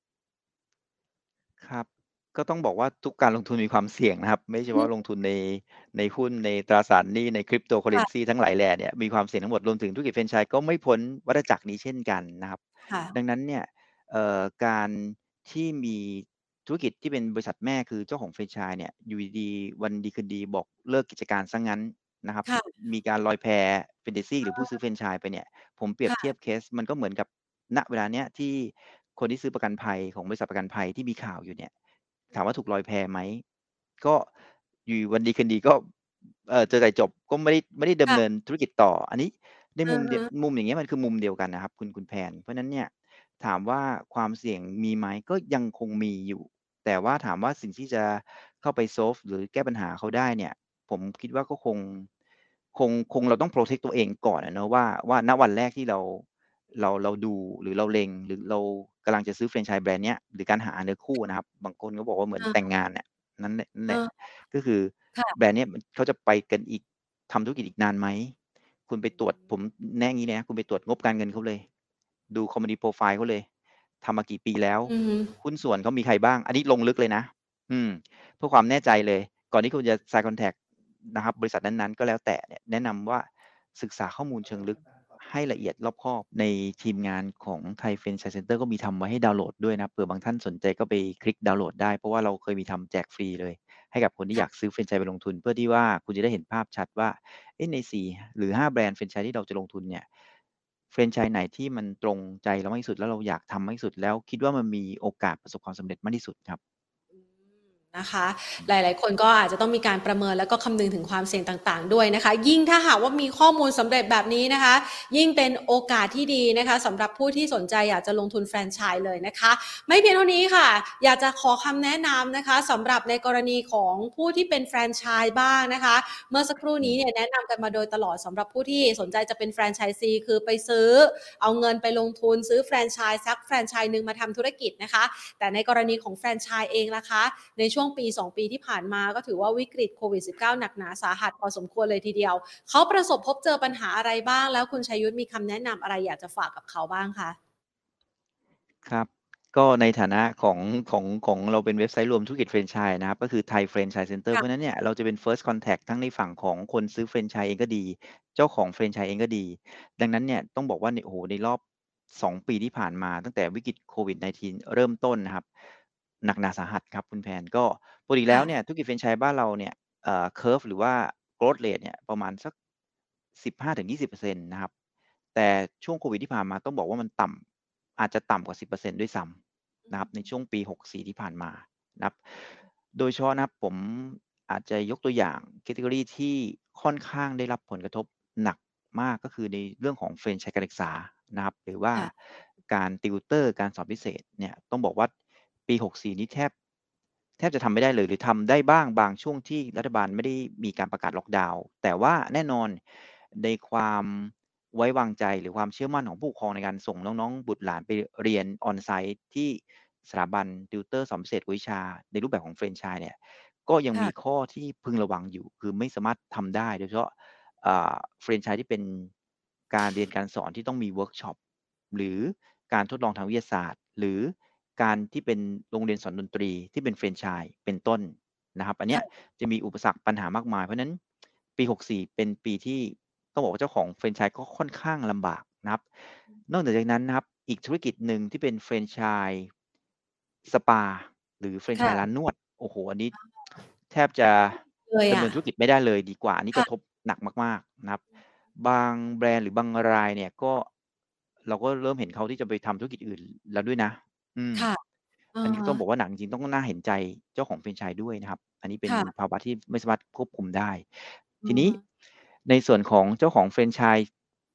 ครับก็ต้องบอกว่าทุกการลงทุนมีความเสี่ยงนะครับไม่เฉอืมพาะลงทุนในในหุ้นในตราสารหนี้ในค่ะ Cryptocurrency ทั้งหลายแหล่เนี่ยมีความเสี่ยงทั้งหมดรวมถึงธุรกิจแฟรนไชส์ก็ไม่พ้นวัฏจักรนี้เช่นกันนะครับค่ะดังนั้นเนี่ยเอ่อการที่มีธุรกิจที่เป็นบริษัทแม่คือเจ้าของแฟรนไชส์เนี่ยอยู่ดีๆวันดีคืนดีบอกเลิกกิจการซะงั้นนะครับค่ะมีการลอยแพแฟนตาซีหรือผู้ซื้อแฟรนไชส์ไปเนี่ยผมเปรียบเทียบค่ะเคสมันก็เหมือนกับณเวลาเนี้ยที่คนที่ซื้อประกันภัยของบริษัทประกันภัยที่มีข่าวอยู่เนี่ย ถามว่าถูกลอยแพไหมก็อยู่วันดีคืนดีก็เอ่อเจอไก่จบก็ไม่ได้ไม่ได้ดำเนินค่ะธุรกิจต่ออันนี้ในมุมเดียวอะฮะมุมอย่างเงี้ยมันคือมุมเดียวกันนะครับคุณคุณแพนเพราะฉะนั้นเนี่ยถามว่าความเสี่ยงมีไหมก็ยังคงมีอยู่แต่ว่าถามว่าสิ่งที่จะเข้าไป solve หรือแก้ปัญหาเขาได้เนี่ยผมคิดว่าก็คงคงคงเราต้อง protect ตัวเองก่อนอะเนาะว่าว่าณวันแรกที่เราเราเราดูหรือเราเล็งหรือเรากำลังจะซื้อแฟรนไชส์แบรนด์เนี้ยหรือการหาเนื้อคู่นะครับบางคนก็บอกว่าเหมือนแต่งอางานเนี่ยนั่นแหละนั่นแหละเออก็คือแบรค่ะนด์เนี้ยมันเขาจะไปกันอีกทำธุรกิจอีกนานไหมคุณไปตรวจผมแนะงี้เลยนะคุณไปตรวจงบการเงินเขาเลยดู Company Profile เขาเลยทำมากี่ปีแล้วอือฮึหุ้นส่วนเขามีใครบ้างอันนี้ลงลึกเลยนะอืมเพื่อความแน่ใจเลยก่อนที่คุณจะ sign contract นะครับบริษัทนั้นๆก็แล้วแต่เนี่ยแนะนำว่าศึกษาข้อมูลเชิงลึกให้ละเอียดรอบคอบในทีมงานของไทย Franchise Center ก็มีทำไว้ให้ดาวน์โหลดด้วยนะเผื่อบางท่านสนใจก็ไปคลิกดาวน์โหลดได้เพราะว่าเราเคยมีทำแจกฟรีเลยให้กับคนที่อยากค่ะซื้อแฟรนไชส์ไปลงทุนเพื่อที่ว่าคุณจะได้เห็นภาพชัดว่าเอ๊ะในสี่หรือห้าแบรนด์แฟรนไชส์ที่เราจะลงทุนเนี่ยแฟรนไชส์ไหนที่มันตรงใจเรามากที่สุดแล้วเราอยากทำมากที่สุดแล้วคิดว่ามันมีโอกาสประสบความสำเร็จมากที่สุดครับอืมนะคะอืมหลายๆคนก็อาจจะต้องมีการประเมินแล้วก็คำนึงถึงความเสี่ยงต่างๆด้วยนะคะยิ่งถ้าหากว่ามีข้อมูลสำเร็จแบบนี้นะคะยิ่งเป็นโอกาสที่ดีนะคะสำหรับผู้ที่สนใจอยากจะลงทุนแฟรนไชส์เลยนะคะไม่เพียงเท่านี้ค่ะอยากจะขอคำแนะนำนะคะสำหรับในกรณีของผู้ที่เป็นแฟรนไชส์บ้างนะคะเมื่อสักครู่อืมนี้เนี่ยแนะนำกันมาโดยตลอดสำหรับผู้ที่สนใจจะเป็นแฟรนไชส์ซีคือไปซื้อเอาเงินไปลงทุนซื้อแฟรนไชส์สักแฟรนไชส์หนึ่งมาทำธุรกิจนะคะแต่ในกรณีของแฟรนไชส์เองล่ะคะ ในช่วงปีสองปีที่ผ่านมาก็ถือว่าวิกฤตโควิด สิบเก้า หนักหนาสาหัสพอสมควรเลยทีเดียวเขาประสบพบเจอปัญหาอะไรบ้างแล้วคุณชัยยุทธมีคำแนะนำอะไรอยากจะฝากกับเขาบ้างคะครับก็ในฐานะของของของเราเป็นเว็บไซต์รวมธุรกิจแฟรนไชส์นะครับก็คือ Thai Franchise Center เพราะฉะนั้นค่ะเนี่ยเราจะเป็น First Contact ทั้งในฝั่งของคนซื้อแฟรนไชส์เองก็ดีเจ้าของแฟรนไชส์เองก็ดีดังนั้นเนี่ยต้องบอกว่าในโอ้โฮในรอบสองปีที่ผ่านมาตั้งแต่วิกฤตโควิด สิบเก้า เริ่มต้นนะครับหนักหนาสาหัสครับคุณแพนก็ปกติแล้วเนี่ยค่ะธุรกิจแฟรนไชส์บ้านเราเนี่ยเอ่อ curve หรือว่า growth rate เนี่ยประมาณสักสิบห้าถึงยี่สิบเปอร์เซ็นต์นต์นะครับแต่ช่วงโควิดที่ผ่านมาต้องบอกว่ามันต่ำอาจจะต่ำกว่าสิบเปอร์เซ็นต์ด้วยซ้ำ นะครับในช่วงปีหกสี่ที่ผ่านมานะครับโดยเฉพาะนะครับผมอาจจะยกตัวอย่าง Category ที่ค่อนข้างได้รับผลกระทบหนักมากก็คือในเรื่องของแฟรนไชส์การศึกษานะครับหรือว่าค่ะการติวเตอร์การสอนพิเศษเนี่ยต้องบอกว่าปีหกสี่นี้แทบแทบจะทำไม่ได้เลยหรือทำได้บ้างบางช่วงที่รัฐบาลไม่ได้มีการประกาศล็อกดาวน์แต่ว่าแน่นอนในความไว้วางใจหรือความเชื่อมั่นของผู้ปกครองในการส่งน้องๆบุตรหลานไปเรียน on-site ที่สถาบันติวเตอร์สอนพิเศษกวดวิชาในรูปแบบของแฟรนไชส์เนี่ยก็ยังมีค่ะข้อที่พึงระวังอยู่คือไม่สามารถทำได้โดยเฉพาะอ่าแฟรนไชส์ที่เป็นการเรียนการสอนที่ต้องมีเวิร์กช็อปหรือการทดลองทางวิทยาศาสตร์หรือการที่เป็นโรงเรียนสอนดนตรีที่เป็นแฟรนไชส์เป็นต้นนะครับอันเนี้ยค่ะจะมีอุปสรรคปัญหามากมายเพราะฉะนั้นปีหกสี่เป็นปีที่ต้องบอกว่าเจ้าของแฟรนไชส์ก็ค่อนข้างลำบากนะครับ นอกเหนือจากนั้นนะครับอีกธุรกิจหนึ่งที่เป็นแฟรนไชส์สปาหรือแฟรนไชส์ร้านค่ะนวดโอ้โฮอันนี้แทบจะเลยอะดำเนินธุรกิจไม่ได้เลยดีกว่าอันนี้กระทบค่ะหนักมากๆนะครับบางแบรนด์หรือบางรายเนี่ยก็เราก็เริ่มเห็นเขาที่จะไปทำธุรกิจอื่นแล้วด้วยนะอืมค่ะอันอะฮะนี้ก็ต้องบอกว่าหนักจริงๆต้องน่าเห็นใจเจ้าของแฟรนไชส์ด้วยนะครับอันนี้เป็นค่ะภาวะที่ไม่สามารถควบคุมได้อืทีนี้อฮึในส่วนของเจ้าของแฟรนไชส์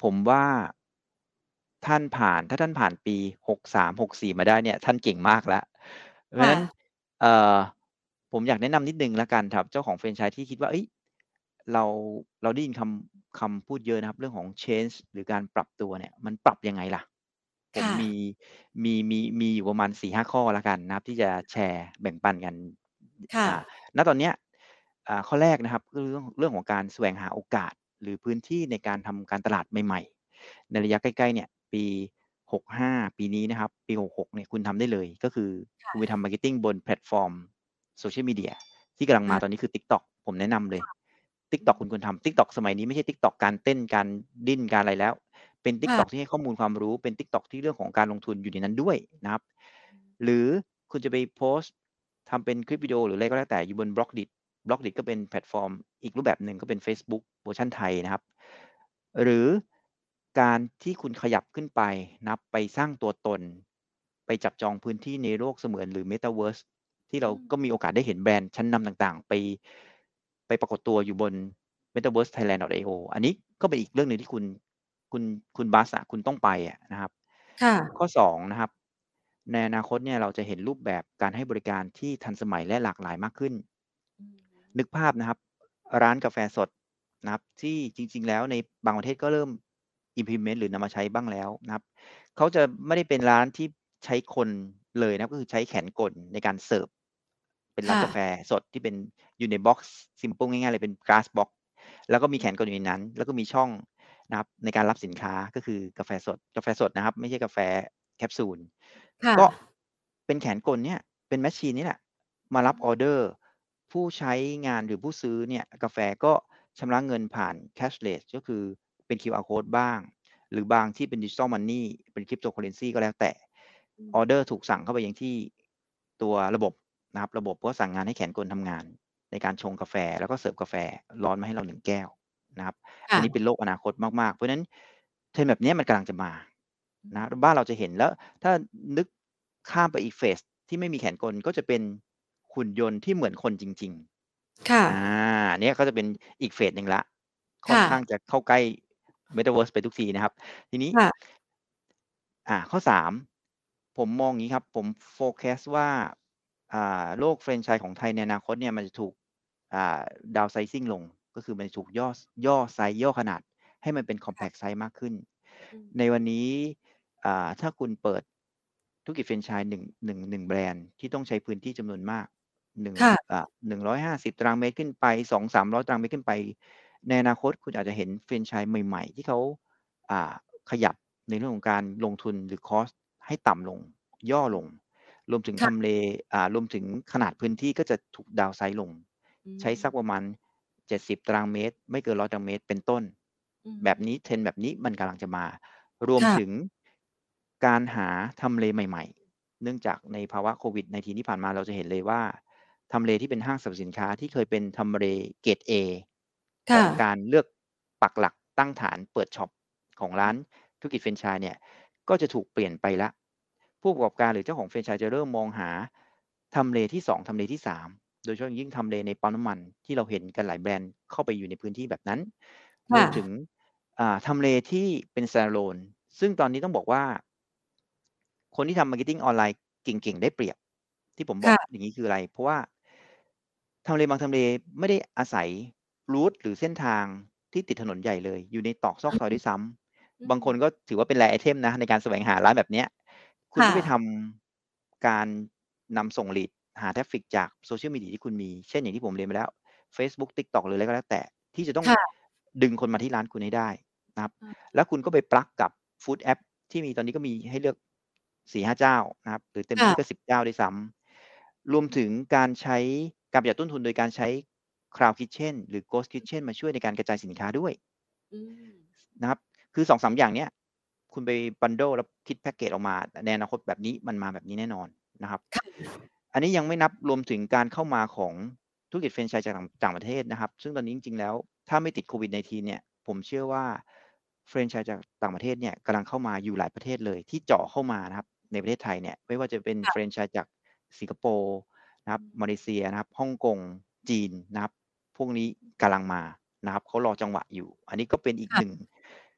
ผมว่า ท่านผ่าน ถ้าท่านผ่านปี หกสาม หกสี่ มาได้เนี่ย ท่านเก่งมากแล้ว เพราคะฉะ่นั้นะเอ่อ ผมอยากแนะนำนิดหนึ่งแล้วกันครับ เจ้าของแฟรนไชส์ที่คิดว่า เฮ้ย เรา เราได้ยินคำ คำพูดเยอะนะครับ เรื่องของ เชนจ์ หรือการปรับตัวเนี่ย มันปรับยังไงล่ะ? ผคม่มีะมี มี มีอยู่ประมาณ สี่ห้า ข้อแล้วกันนะครับ ที่จะแชร์แบ่งปันกันค่อ่าะณ ตอนเนี้ย อ่า ข้อแรกนะครับ ก็คือเรื่อง เรื่องของการแสวงหาโอกาส หรือพื้นที่ในการทำการตลาดใหม่ ๆ ในระยะใกล้ ๆ เนี่ย ปี หกห้า ปีนี้นะครับ ปี หกหก เนี่ย คุณทำได้เลย ก็คือค่คุณไปะทำ marketing บนแพลตฟอร์ม Social Media ที่กำลังอมาาตอนนี้คือ TikTok ผมแนะนำเลคย่ะ อื TikTok คุณมควรทำ TikTok สมัยนี้ไม่ใช่ TikTok การเต้น การดิ้น การอะไรแล้ว เป็นค่ะ TikTok ที่ให้ข้อมูลความรู้ เป็น TikTok ที่เรื่องของการลงทุนอยู่ในนั้นด้วยนะครับอืมหรือคุณจะไปโพสต์ ทำเป็นคลิปวิดีโอ หรืออะไรก็แล้วแต่อยู่บน Blockdit Blockdit ก็เป็นแพลตฟอร์มอีกรูปแบบหนึ่ง ก็เป็นเฟซบุ๊กเวอร์ชันไทยนะครับ หรือการที่คุณขยับขึ้นไปนะครับ ไปสร้างตัวตน ไปจับจองพื้นที่ในโลกเสมือน หรือ Metaverse ที่เอราืมก็มีโอกาสได้เห็นแบรนด์ชั้นนำต่าง ๆ ไป ไปปรากฏตัวอยู่บน Metaverse Thailand .io อันนี้ก็เป็นอีกเรื่องหนึ่งที่คุณ คุณ คุณบัสอะ คุณต้องไปอะนะครับค่ะข้อ สอง นะครับ ในอนาคตเนี่ย เราจะเห็นรูปแบบการให้บริการที่ทันสมัยและหลากหลายมากขึ้นอือฮึนึกภาพนะครับ ร้านกาแฟสดนะครับ ที่จริง ๆ แล้วในบางประเทศก็เริ่ม implement หรือนำมาใช้บ้างแล้วนะครับ เขาจะไม่ได้เป็นร้านที่ใช้คนเลยนะครับ ก็คือใช้แขนกลในการเสิร์ฟ เป็นคร้า่นกาะแฟสดที่เป็นอยู่ในบ็อกซ์ ซิมเพิล ง่าย ๆ เลยเป็น glass box แล้วก็มีอืมแขนกลอยู่ในนั้น แล้วก็มีช่องนะครับในการรับสินค้า ก็คือกาแฟสด กาแฟสดนะครับ ไม่ใช่กาแฟแคปซูลค่ก็ะเป็นแขนกลเนี่ย เป็น แมชชีน นี่แหละ มาอืรับออร์เดมอร์ ผู้ใช้งานหรือผู้ซื้อเนี่ยกาแฟก็ชำระเงินผ่าน cashless ก็คือเป็น คิวอาร์ Code บ้าง หรือบางที่เป็น ดิจิทัลมันนี เป็น Cryptocurrency ก็แล้วแต่อืออร์เดอร์มถูกสั่งเข้าไปยังที่ตัวระบบนะครับ ระบบก็สั่งงานให้แขนกลทำงาน ในการชงกาแฟ แล้วก็เสิร์ฟกาแฟร้อนมาให้เรา หนึ่ง แก้วนะครับคอั่นนี้เป็นะโลกอนาคตมาก ๆ เพราะฉะนั้น trend แบบเนี้ยมันกำลังจะมาอืนะมบ้านเราจะเห็น แล้วถ้านึกข้ามไปอีก เฟส ที่ไม่มีแขนกล ก็จะเป็นหุ่นยนต์ที่เหมือนคนจริงค่ๆ อาะอันเนี้ยก็จะเป็นอีก เฟส หนึ่งแล้ว คค่อ่นข้างะจะเข้าใกล้ Metaverse ไปทุกทีนะครับ ทีนี้ค่ะอ่า ข้อ สาม ผมมองงี้ครับ ผม forecast ว่า อ่า โลกแฟรนไชส์ของไทยในอนาคตเนี่ย มันจะถูก อ่า downsizing ลง ก็คือมันจะถูกย่อ ส ย่อไซซ์ ย่อขนาดให้มันเป็นค่ะ compact size มากขึ้นอืมในวันนี้ อ่า ถ้าคุณเปิดธุรกิจแฟรนไชส์ หนึ่ง หนึ่ง หนึ่ง แบรนด์ที่ต้องใช้พื้นที่จำนวนมาก หนึ่งค่ะอ่า หนึ่งร้อยห้าสิบ ตารางเมตรขึ้นไป สองสามร้อย ตารางเมตรขึ้นไป ในอนาคตคุณอาจจะเห็นแฟรนไชส์ใหม่ ๆ ที่เขา อ่า ขยับในเรื่องของการลงทุน หรือ คอสต์ ให้ต่ำลง ย่ออืมลง รวมถึงค่ทะำเล อ่า รวมถึงขนาดพื้นที่ก็จะถูก downsize ลงอืใช้สักมประมาณ เจ็ดสิบ ตารางเมตร ไม่เกิน ร้อย ตารางเมตร เป็นต้นอือฮแบบึนี้ trend แบบนี้มันกำลังจะมา รวมค่ถึะงการหาทำเลใหม่ ๆ เนื่องจากในภาวะโควิด -19 ที่ผ่านมา เราจะเห็นเลยว่า ทำเลที่เป็นห้างสรรพสินค้าที่เคยเป็นทำเลเกรดเอคข่องะการเลือกปักหลักตั้งฐานเปิดช็อปของร้อาืนมธุรกิจแฟรนไชส์เนี่ย ก็จะถูกเปลี่ยนไปแล้ว ผู้ประกอบการหรือเจ้าของแฟรนไชส์จะเริ่มมองหาทำเลที่ สอง ทำเลที่ สาม โดยเฉพาะอย่างยิ่งทำเลในปั๊มน้ำมัน ที่เราเห็นกันหลายแบรนด์เข้าไปอยู่ในพื้นที่แบบนั้นคร่วมถึะง อ่า ทำเลที่เป็น stand-alone ซึ่งตอนนี้ต้องบอกว่า คนที่ทำ marketing ออนไลน์เก่ง ๆ ได้เปรียบ ที่ผมคบอ่กะอย่างงี้คืออะไร? เพราะว่า ทำเลบางทำเลไม่ได้อาศัย route หรือเส้นทางที่ติดถนนใหญ่เลย อยู่ในตรอกซออืมกซอยด้วยซ้อืำ บางคนมก็ถือว่าเป็น rare item นะ ในการแสวงหาร้านแบบเนี้ย คุคณ่ก็ไปทะำการนำส่ง lead หา ทราฟฟิก จาก Social Media ที่คุณมี เช่น อย่างที่ผมเรียนไปแล้ว เฟซบุ๊ก TikTok หรืออะไรก็แล้วแต่ ที่จะต้องค่ะดึงคนมาที่ร้านคุณให้ได้นะครับอือแล้วคุณก็ไป plug กับฟูดแอปที่มี ตอนนี้ก็มีให้เลือก สี่ห้า เจ้านะครับ หรือเต็มคท่ี่ก็ะสิบ เจ้าด้วยซ้ำ รวมถึงการใช้การประหยัดต้นทุนโดยการใช้ Cloud Kitchen หรือ Ghost Kitchen มาช่วยในการกระจายสินค้าด้วยอืมนะครับ คือ สองสาม อย่างเนี้ย คุณไป บันเดิล แล้วคิดแพ็กเกจออกมา ในอนาคตแบบนี้ มันมาแบบนี้แน่นอนนะครับค่ะอันนี้ยังไม่นับรวมถึงการเข้ามาของธุรกิจแฟรนไชส์จากต่าง ต่างประเทศนะครับ ซึ่งตอนนี้จริง ๆ แล้ว ถ้าไม่ติดโควิด -19 เนี่ย ผมเชื่อว่าแฟรนไชส์จากต่างประเทศเนี่ยกำลังเข้ามาอยู่หลายประเทศเลย ที่เจาะเข้ามานะครับในประเทศไทยเนี่ย ไม่ว่าจะเป็นค่แฟะรนไชส์จากสิงคโปร์นะคอรืับมมาเลเซียนะครับ ฮ่องกง จีนนะครับ พวกนี้กำลังมานะครับ เขารอจังหวะอยู่ อันนี้ก็เป็นอีกค่หนะึ่ง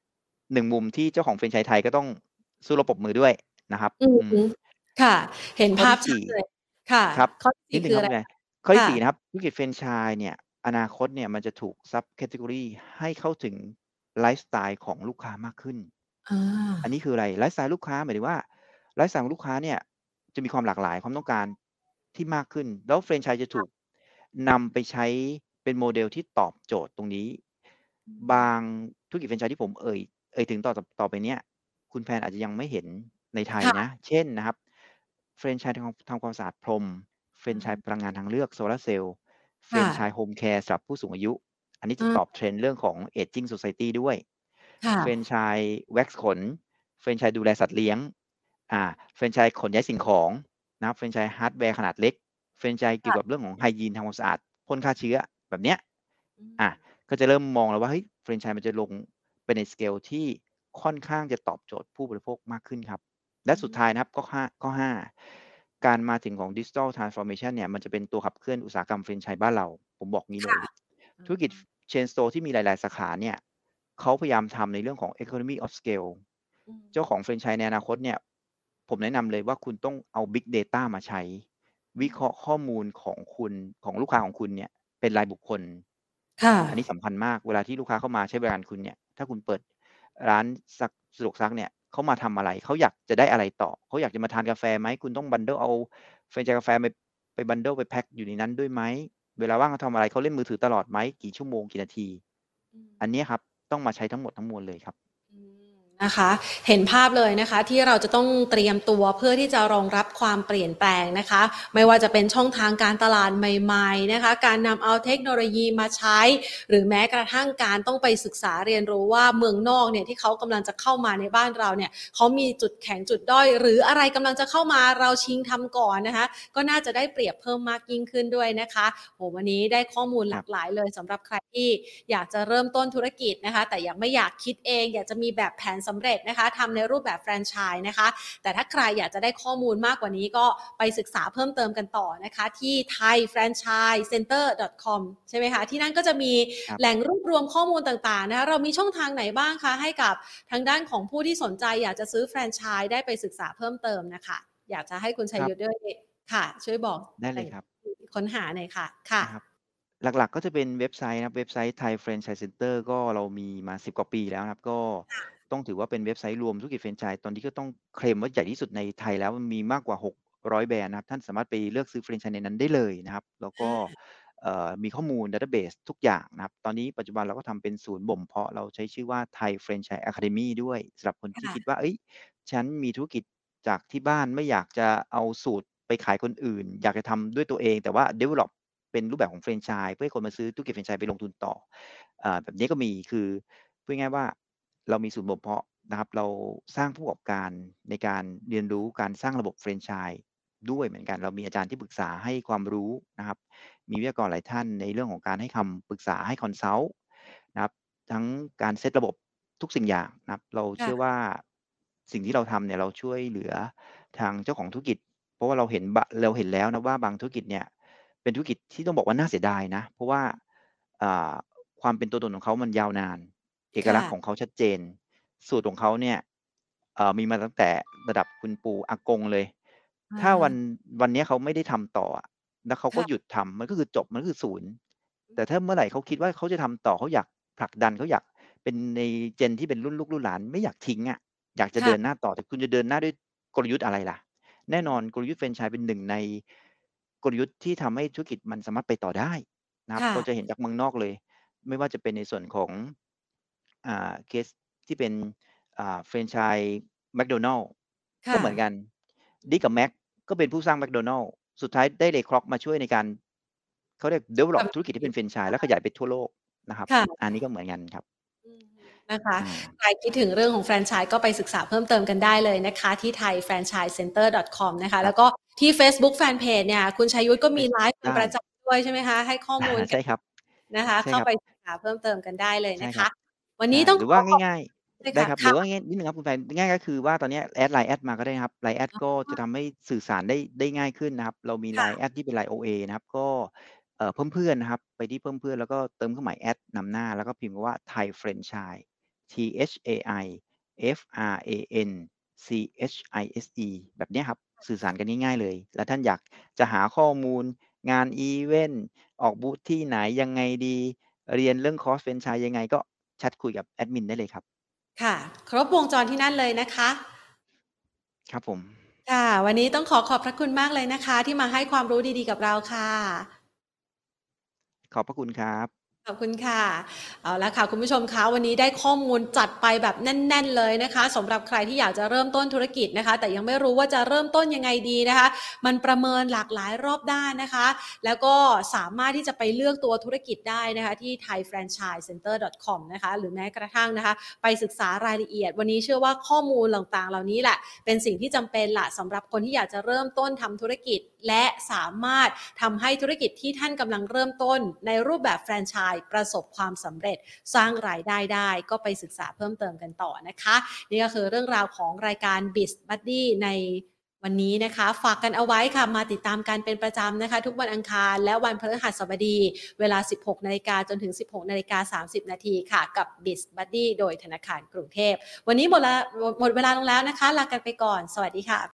หนึ่งมุมที่เจ้าของแฟรนไชส์ไทยก็ต้องสู้รบปรบมือด้วยนะครับอือฮึอืมค่ะ เห็นภข้อาที่พชัดสี่เลย ค่ะครับข้อที่ สี่นิดหนคึืงครออับะไรคุณแฟนคะ? ข้อคที่่สี่ะนะครับธุรกิจแฟรนไชส์เนี่ยอนาคตเนี่ยมันจะถูก Sub-category ให้เข้าถึงไลฟ์สไตล์ของลูกค้ามากขึ้นออันานี้คืออะไร? ไลฟ์สไตล์ลูกค้าหมายถึงว่าไลฟ์สไตล์ของลูกค้าเนี่ยจะมีความหลากหลายความต้องการที่มากขึ้น แล้วแฟรนไชส์จะคถู่ะกนำไปใช้เป็น model ที่ตอบโจทย์ตรงนี้อืบมางธุรกิจแฟรนไชส์ที่ผมเอ่ย เอ่ยถึงต่อ ต ต่อไปเนี้ย คุณแฟนอาจจะยังไม่เห็นในไทยค่นะะ เช่นนะครับ แฟรนไชส์ทำความ ทำความสะอาดพรม แฟรอนไชส์พลังงานาทางเลือกโซลาร์เซลล์ แฟคร่นไชะส์โฮมแคร์สำหรับผู้สูงอายุ อันนี้อจะตอบา trend เรื่องของ Aging Society ด้วยค่แฟระนไชส์แว็กซ์ขน แฟรนไชส์ดูแลสัตว์เลี้ยง อ่า แฟรนไชส์ขนย้ายสิ่งของนะครับ แฟรนไชส์ฮาร์ดแวร์ขนาดเล็ก แฟรนไชส์เคกี่่ยวะกับเรื่องของไฮยีนทำความสะอาด พ่นฆ่าเชื้อ แบบเนี้ยอือมา ก็จะเริ่มมองแล้วว่า เฮ้ย แฟรนไชส์มันจะลงไปใน สเกล ที่ค่อนข้างจะตอบโจทย์ผู้บริโภคมากขึ้นครับ และอืมสุดท้ายนะครับ ข้อ ห้า ข้อ ห้า การมาถึงของ Digital Transformation เนี่ย มันจะเป็นตัวขับเคลื่อนอุตสาหกรรมแฟรนไชส์บ้านเรา ผมบอกงี้คเล่ะยอ๋ธุรกิจอ Chain Store ที่มีหลาย ๆ สาขาเนี่ย เขาพยายามทำในเรื่องของ Economy of Scale อืเจ้ามของแฟรนไชส์ในอนาคตเนี่ย ผมแนะนำเลยว่า คุณต้องเอา Big Data มาใช้อืมวิเคราะห์ข้อมูลของคุณ ของลูกค้าของคุณเนี่ยเป็นรายบุคคลค่อันนี้ะสำคัญมาก เวลาที่ลูกค้าเข้ามาใช้บริการคุณเนี่ย ถ้าคุณเปิดร้านซัก สะดวกซักเนี่ย เขามาทำอะไร? เขาอยากจะได้อะไรต่อ? เขาอยากจะมาทานกาแฟไหม? คุณต้อง บันเดิล เอาแฟรนไชส์กาแฟไป ไป บันเดิล ไปแพ็กอยู่ในนั้นด้วยไหม? เวลาว่างเขาทำอะไร? เขาเล่นมือถือตลอดไหม? กี่ชั่วโมง กี่นาที? อืมอันเนี้ยครับต้องมาใช้ทั้งหมดทั้งมวลเลยครับอืม นะคะ เห็นภาพเลยนะคะที่เราจะต้องเตรียมตัวเพื่อที่จะรองรับความเปลี่ยนแปลงนะคะ ไม่ว่าจะเป็นช่องทางการตลาดใหม่ ๆ นะคะ การนำเอาเทคโนโลยีมาใช้ หรือแม้กระทั่งการต้องไปศึกษาเรียนรู้ว่า เมืองนอกเนี่ยที่เขากำลังจะเข้ามาในบ้านเราเนี่ย เขามีจุดแข็งจุดด้อย หรืออะไรกำลังจะเข้ามาเราชิงทำก่อนนะคะ ก็น่าจะได้เปรียบเพิ่มมากยิ่งขึ้นด้วยนะคะ โอ้โฮ วันนี้ได้ข้อมูลหครลัาบกหลายเลยสำหรับใครที่อยากจะเริ่มต้นธุรกิจนะคะ แต่ยังไม่อยากคิดเอง อยากจะมีแบบแผนสำเร็จนะคะ ทำในรูปแบบแฟรนไชส์นะคะ แต่ถ้าใครอยากจะได้ข้อมูลมากกว่านี้ ก็ไปศึกษาเพิ่มเติมกันต่อนะคะที่ ไทยแฟรนไชส์เซ็นเตอร์ ดอท คอม ใช่ไหมคะ? ที่นั่นก็จะมีครับแหล่งรวบรวมข้อมูลต่าง ๆ นะคะ เรามีช่องทางไหนบ้างคะ? ให้กับทางด้านของผู้ที่สนใจอยากจะซื้อแฟรนไชส์ได้ไปศึกษาเพิ่มเติมน่ะค่ะ อยากจะให้คุณชัครับยยุทธด้วย ค่ะ ช่วยบอกได้แเหล่งลยครับค้นหาหน่อยค่ะ ค่นะครับะหลัก ๆ ก็จะเป็นเว็บไซต์นะครับ เว็บไซต์ ไทยแฟรนไชส์เซ็นเตอร์ ก็เรามีมา สิบ กว่าปีแล้วนะครับ ก็ค่ะต้องถือว่าเป็นเว็บไซต์รวมธุรกิจแฟรนไชส์ ตอนนี้ก็ต้องเคลมว่าใหญ่ที่สุดในไทยแล้ว มีมากกว่า หกร้อย แบรนด์นะครับ ท่านสามารถไปเลือกซื้อแฟรนไชส์ในนั้นได้เลยนะครับ แล้วอก็าเอ่อ มีข้อมูล ดัตเตอร์เบส ทุกอย่างนะครับ ตอนนี้ปัจจุบันเราก็ทำเป็นศูนย์บ่มเพาะ เราใช้ชื่อว่า ไทยแฟรนไชส์อะคาเดมีด้วย สำหรับคนคที่่คิดะว่า เฮ้ย ฉันมีธุรกิจจากที่บ้าน ไม่อยากจะเอาสูตรไปขายคนอื่น อยากจะทำด้วยตัวเอง แต่ว่า develop เป็นรูปแบบของแฟรนไชส์ เพื่อให้คนมาซื้อธุรกิจแฟรนไชส์ไปลงทุนต่อ อ่า แบบนี้ก็มี คือพูดง่าย ๆ ว่า เรามีศูนย์บ่มเพาะนะครับ เราสร้างผู้ประกอบการในการเรียนรู้การสร้างระบบแฟรนไชส์ด้วยเหมือนกัน เรามีอาจารย์ที่ปรึกษาให้ความรู้นะครับ มีวิทยากรหลายท่านในเรื่องของการให้คำปรึกษา ให้ Consult นะครับ ทั้งการเซตระบบทุกสิ่งอย่างนะครับ เราคเช่ื่อะว่าสิ่งที่เราทำเนี่ย เราช่วยเหลือทางเจ้าของธุรกิจ เพราะว่าเราเห็น บ เราเห็นแล้วนะว่า บางธุรกิจเนี่ยเป็นธุรกิจที่ต้องบอกว่าน่าเสียดายนะ เพราะว่า อ่า ความเป็นตัวตนของเขามันยาวนาน เอกค่ลักษะณ์ของเขาชัดเจน สูตรของเขาเนี่ย เอ่อ มีมาตั้งแต่ระดับคุณปู่ อากงเลยอถ้าวันาวันเนี้ยเขาไม่ได้ทำต่ออะ แล้วเขาคก็่ะหยุดทำ มันก็คือจบ มันก็คือศูนย์อืแต่ถ้าเมื่อไหร่เขามคิดว่าเขาจะทำต่อ เขาอยากผลักดัน เขาอยากเป็นใน Gen ที่เป็นรุ่นลูกรุ่นหลาน ไม่อยากทิ้งอะ อยากจะคเ่ดิะนหน้าต่อ แต่คุณจะเดินหน้าด้วยกลยุทธ์อะไรล่ะ? แน่อืมนอนกลยุทธ์แฟรนไชส์เป็นหนึ่งในกลยุทธ์ที่ทำให้ธุรกิจมันสามารถไปต่อได้นะครัคบ่เราะจะเห็นจากเมืองนอกเลย ไม่ว่าจะเป็นในส่วนของ อ่า เคสที่เป็น อ่า แฟรนไชส์แมคโดนัลด์คก็่ะเหมือนกันอืดิกกับแม็มกก็เป็นผู้สร้างแมคโดนัลด์ สุดท้ายได้ Ray Kroc มาช่วยในการ เขาเรียกท develop ธุรกิจำทธุี่เป็นแฟรนไชส์รแล้วขกิจยายไปทั่วโลกนะครับค่ะอันนี้ก็เหมือนกันครับอือฮึ นะคะอาใครคิดถึงเรื่องของแฟรนไชส์ก็ไปศึกษาเพิ่มเติมกันได้เลยนะคะที่ ไทยแฟรนไชส์เซ็นเตอร์ ดอท คอม นะคะคแรลั้บวก็ที่เฟซบุ๊กแฟนเพจเนี่ย คุณชัยยุทธก็เฟซมีไลฟ์เปไ็ดนป้ระจำด้วยใช่ไหมคะ ให้ข้ออามูลใกชั่บครับนะคะใช่ครเข้าไัปบศึกษาเพิ่มเติมกันได้เลยใชน่ะคครัะบวันใชนี้่ต้องหรือวขอ่าขอบง่าย ๆ ไดเลยค้่ะครับคหรื่อว่าะง่าย ๆ นิดหนึ่งครับคุณแฟน ง่าย ๆ ก็คือว่าตอนเนี้ยแอด ไลน์ แอดมาก็ได้นะครับ ไลน์ แอดก็อ๋อจะทำให้สื่อสารได้ ได้ง่ายขึ้นนะครับ เรามีคไล่น์ะแอดที่เป็น ไลน์ โอ เอ นะครับ ก็ เอ่อ เพิ่มเพื่อนนะครับ ไปที่เพิ่มเพื่อน แล้วก็เติมเครื่องหมายแอดนำหน้า แล้วก็พิมพ์คำว่า ไทยแฟรนไชส์ T H A I F R A N C H I S E แบบเนี้ยครับสื่อสารกันง่ายๆเลยแล้วท่านอยากจะหาข้อมูลงานอิเวนต์ออกบูธที่ไหนยังไงดีเรียนเรื่องคอร์สแฟรนไชส์ยังไงก็แชตคุยกับแอดมินได้เลยครับค่ะครบวงจรที่นั่นเลยนะคะครับผมค่ะวันนี้ต้องขอขอบพระคุณมากเลยนะคะที่มาให้ความรู้ดีๆกับเราค่ะขอบพระคุณครับขอบคุณค่ะเอาละค่ะคุณผู้ชมคะวันนี้ได้ข้อมูลจัดไปแบบแน่นๆเลยนะคะสำหรับใครที่อยากจะเริ่มต้นธุรกิจนะคะแต่ยังไม่รู้ว่าจะเริ่มต้นยังไงดีนะคะมันประเมินหลากหลายรอบด้านนะคะแล้วก็สามารถที่จะไปเลือกตัวธุรกิจได้นะคะที่ ไทยแฟรนไชส์เซ็นเตอร์ ดอท คอม นะคะหรือแม้กระทั่งนะคะไปศึกษารายละเอียดวันนี้เชื่อว่าข้อมูลต่างๆเหล่านี้แหละเป็นสิ่งที่จำเป็นละสำหรับคนที่อยากจะเริ่มต้นทำธุรกิจและสามารถทำให้ธุรกิจที่ท่านกำลังเริ่มต้นในรูปแบบแฟรนไชส์ประสบความสำเร็จสร้างรายได้ได้ก็ไปศึกษาเพิ่มเติมกันต่อนะคะนี่ก็คือเรื่องราวของรายการ Biz Buddy ในวันนี้นะคะฝากกันเอาไว้ค่ะมาติดตามกันเป็นประจำนะคะทุกวันอังคารและวันพฤหัสบดีเวลา สิบหกนาฬิกาจนถึง สิบหกนาฬิกาสามสิบนาทีค่ะกับ Biz Buddy โดยธนาคารกรุงเทพวันนี้หมดละหมดเวลาลงแล้วนะคะลากันไปก่อนสวัสดีค่ะ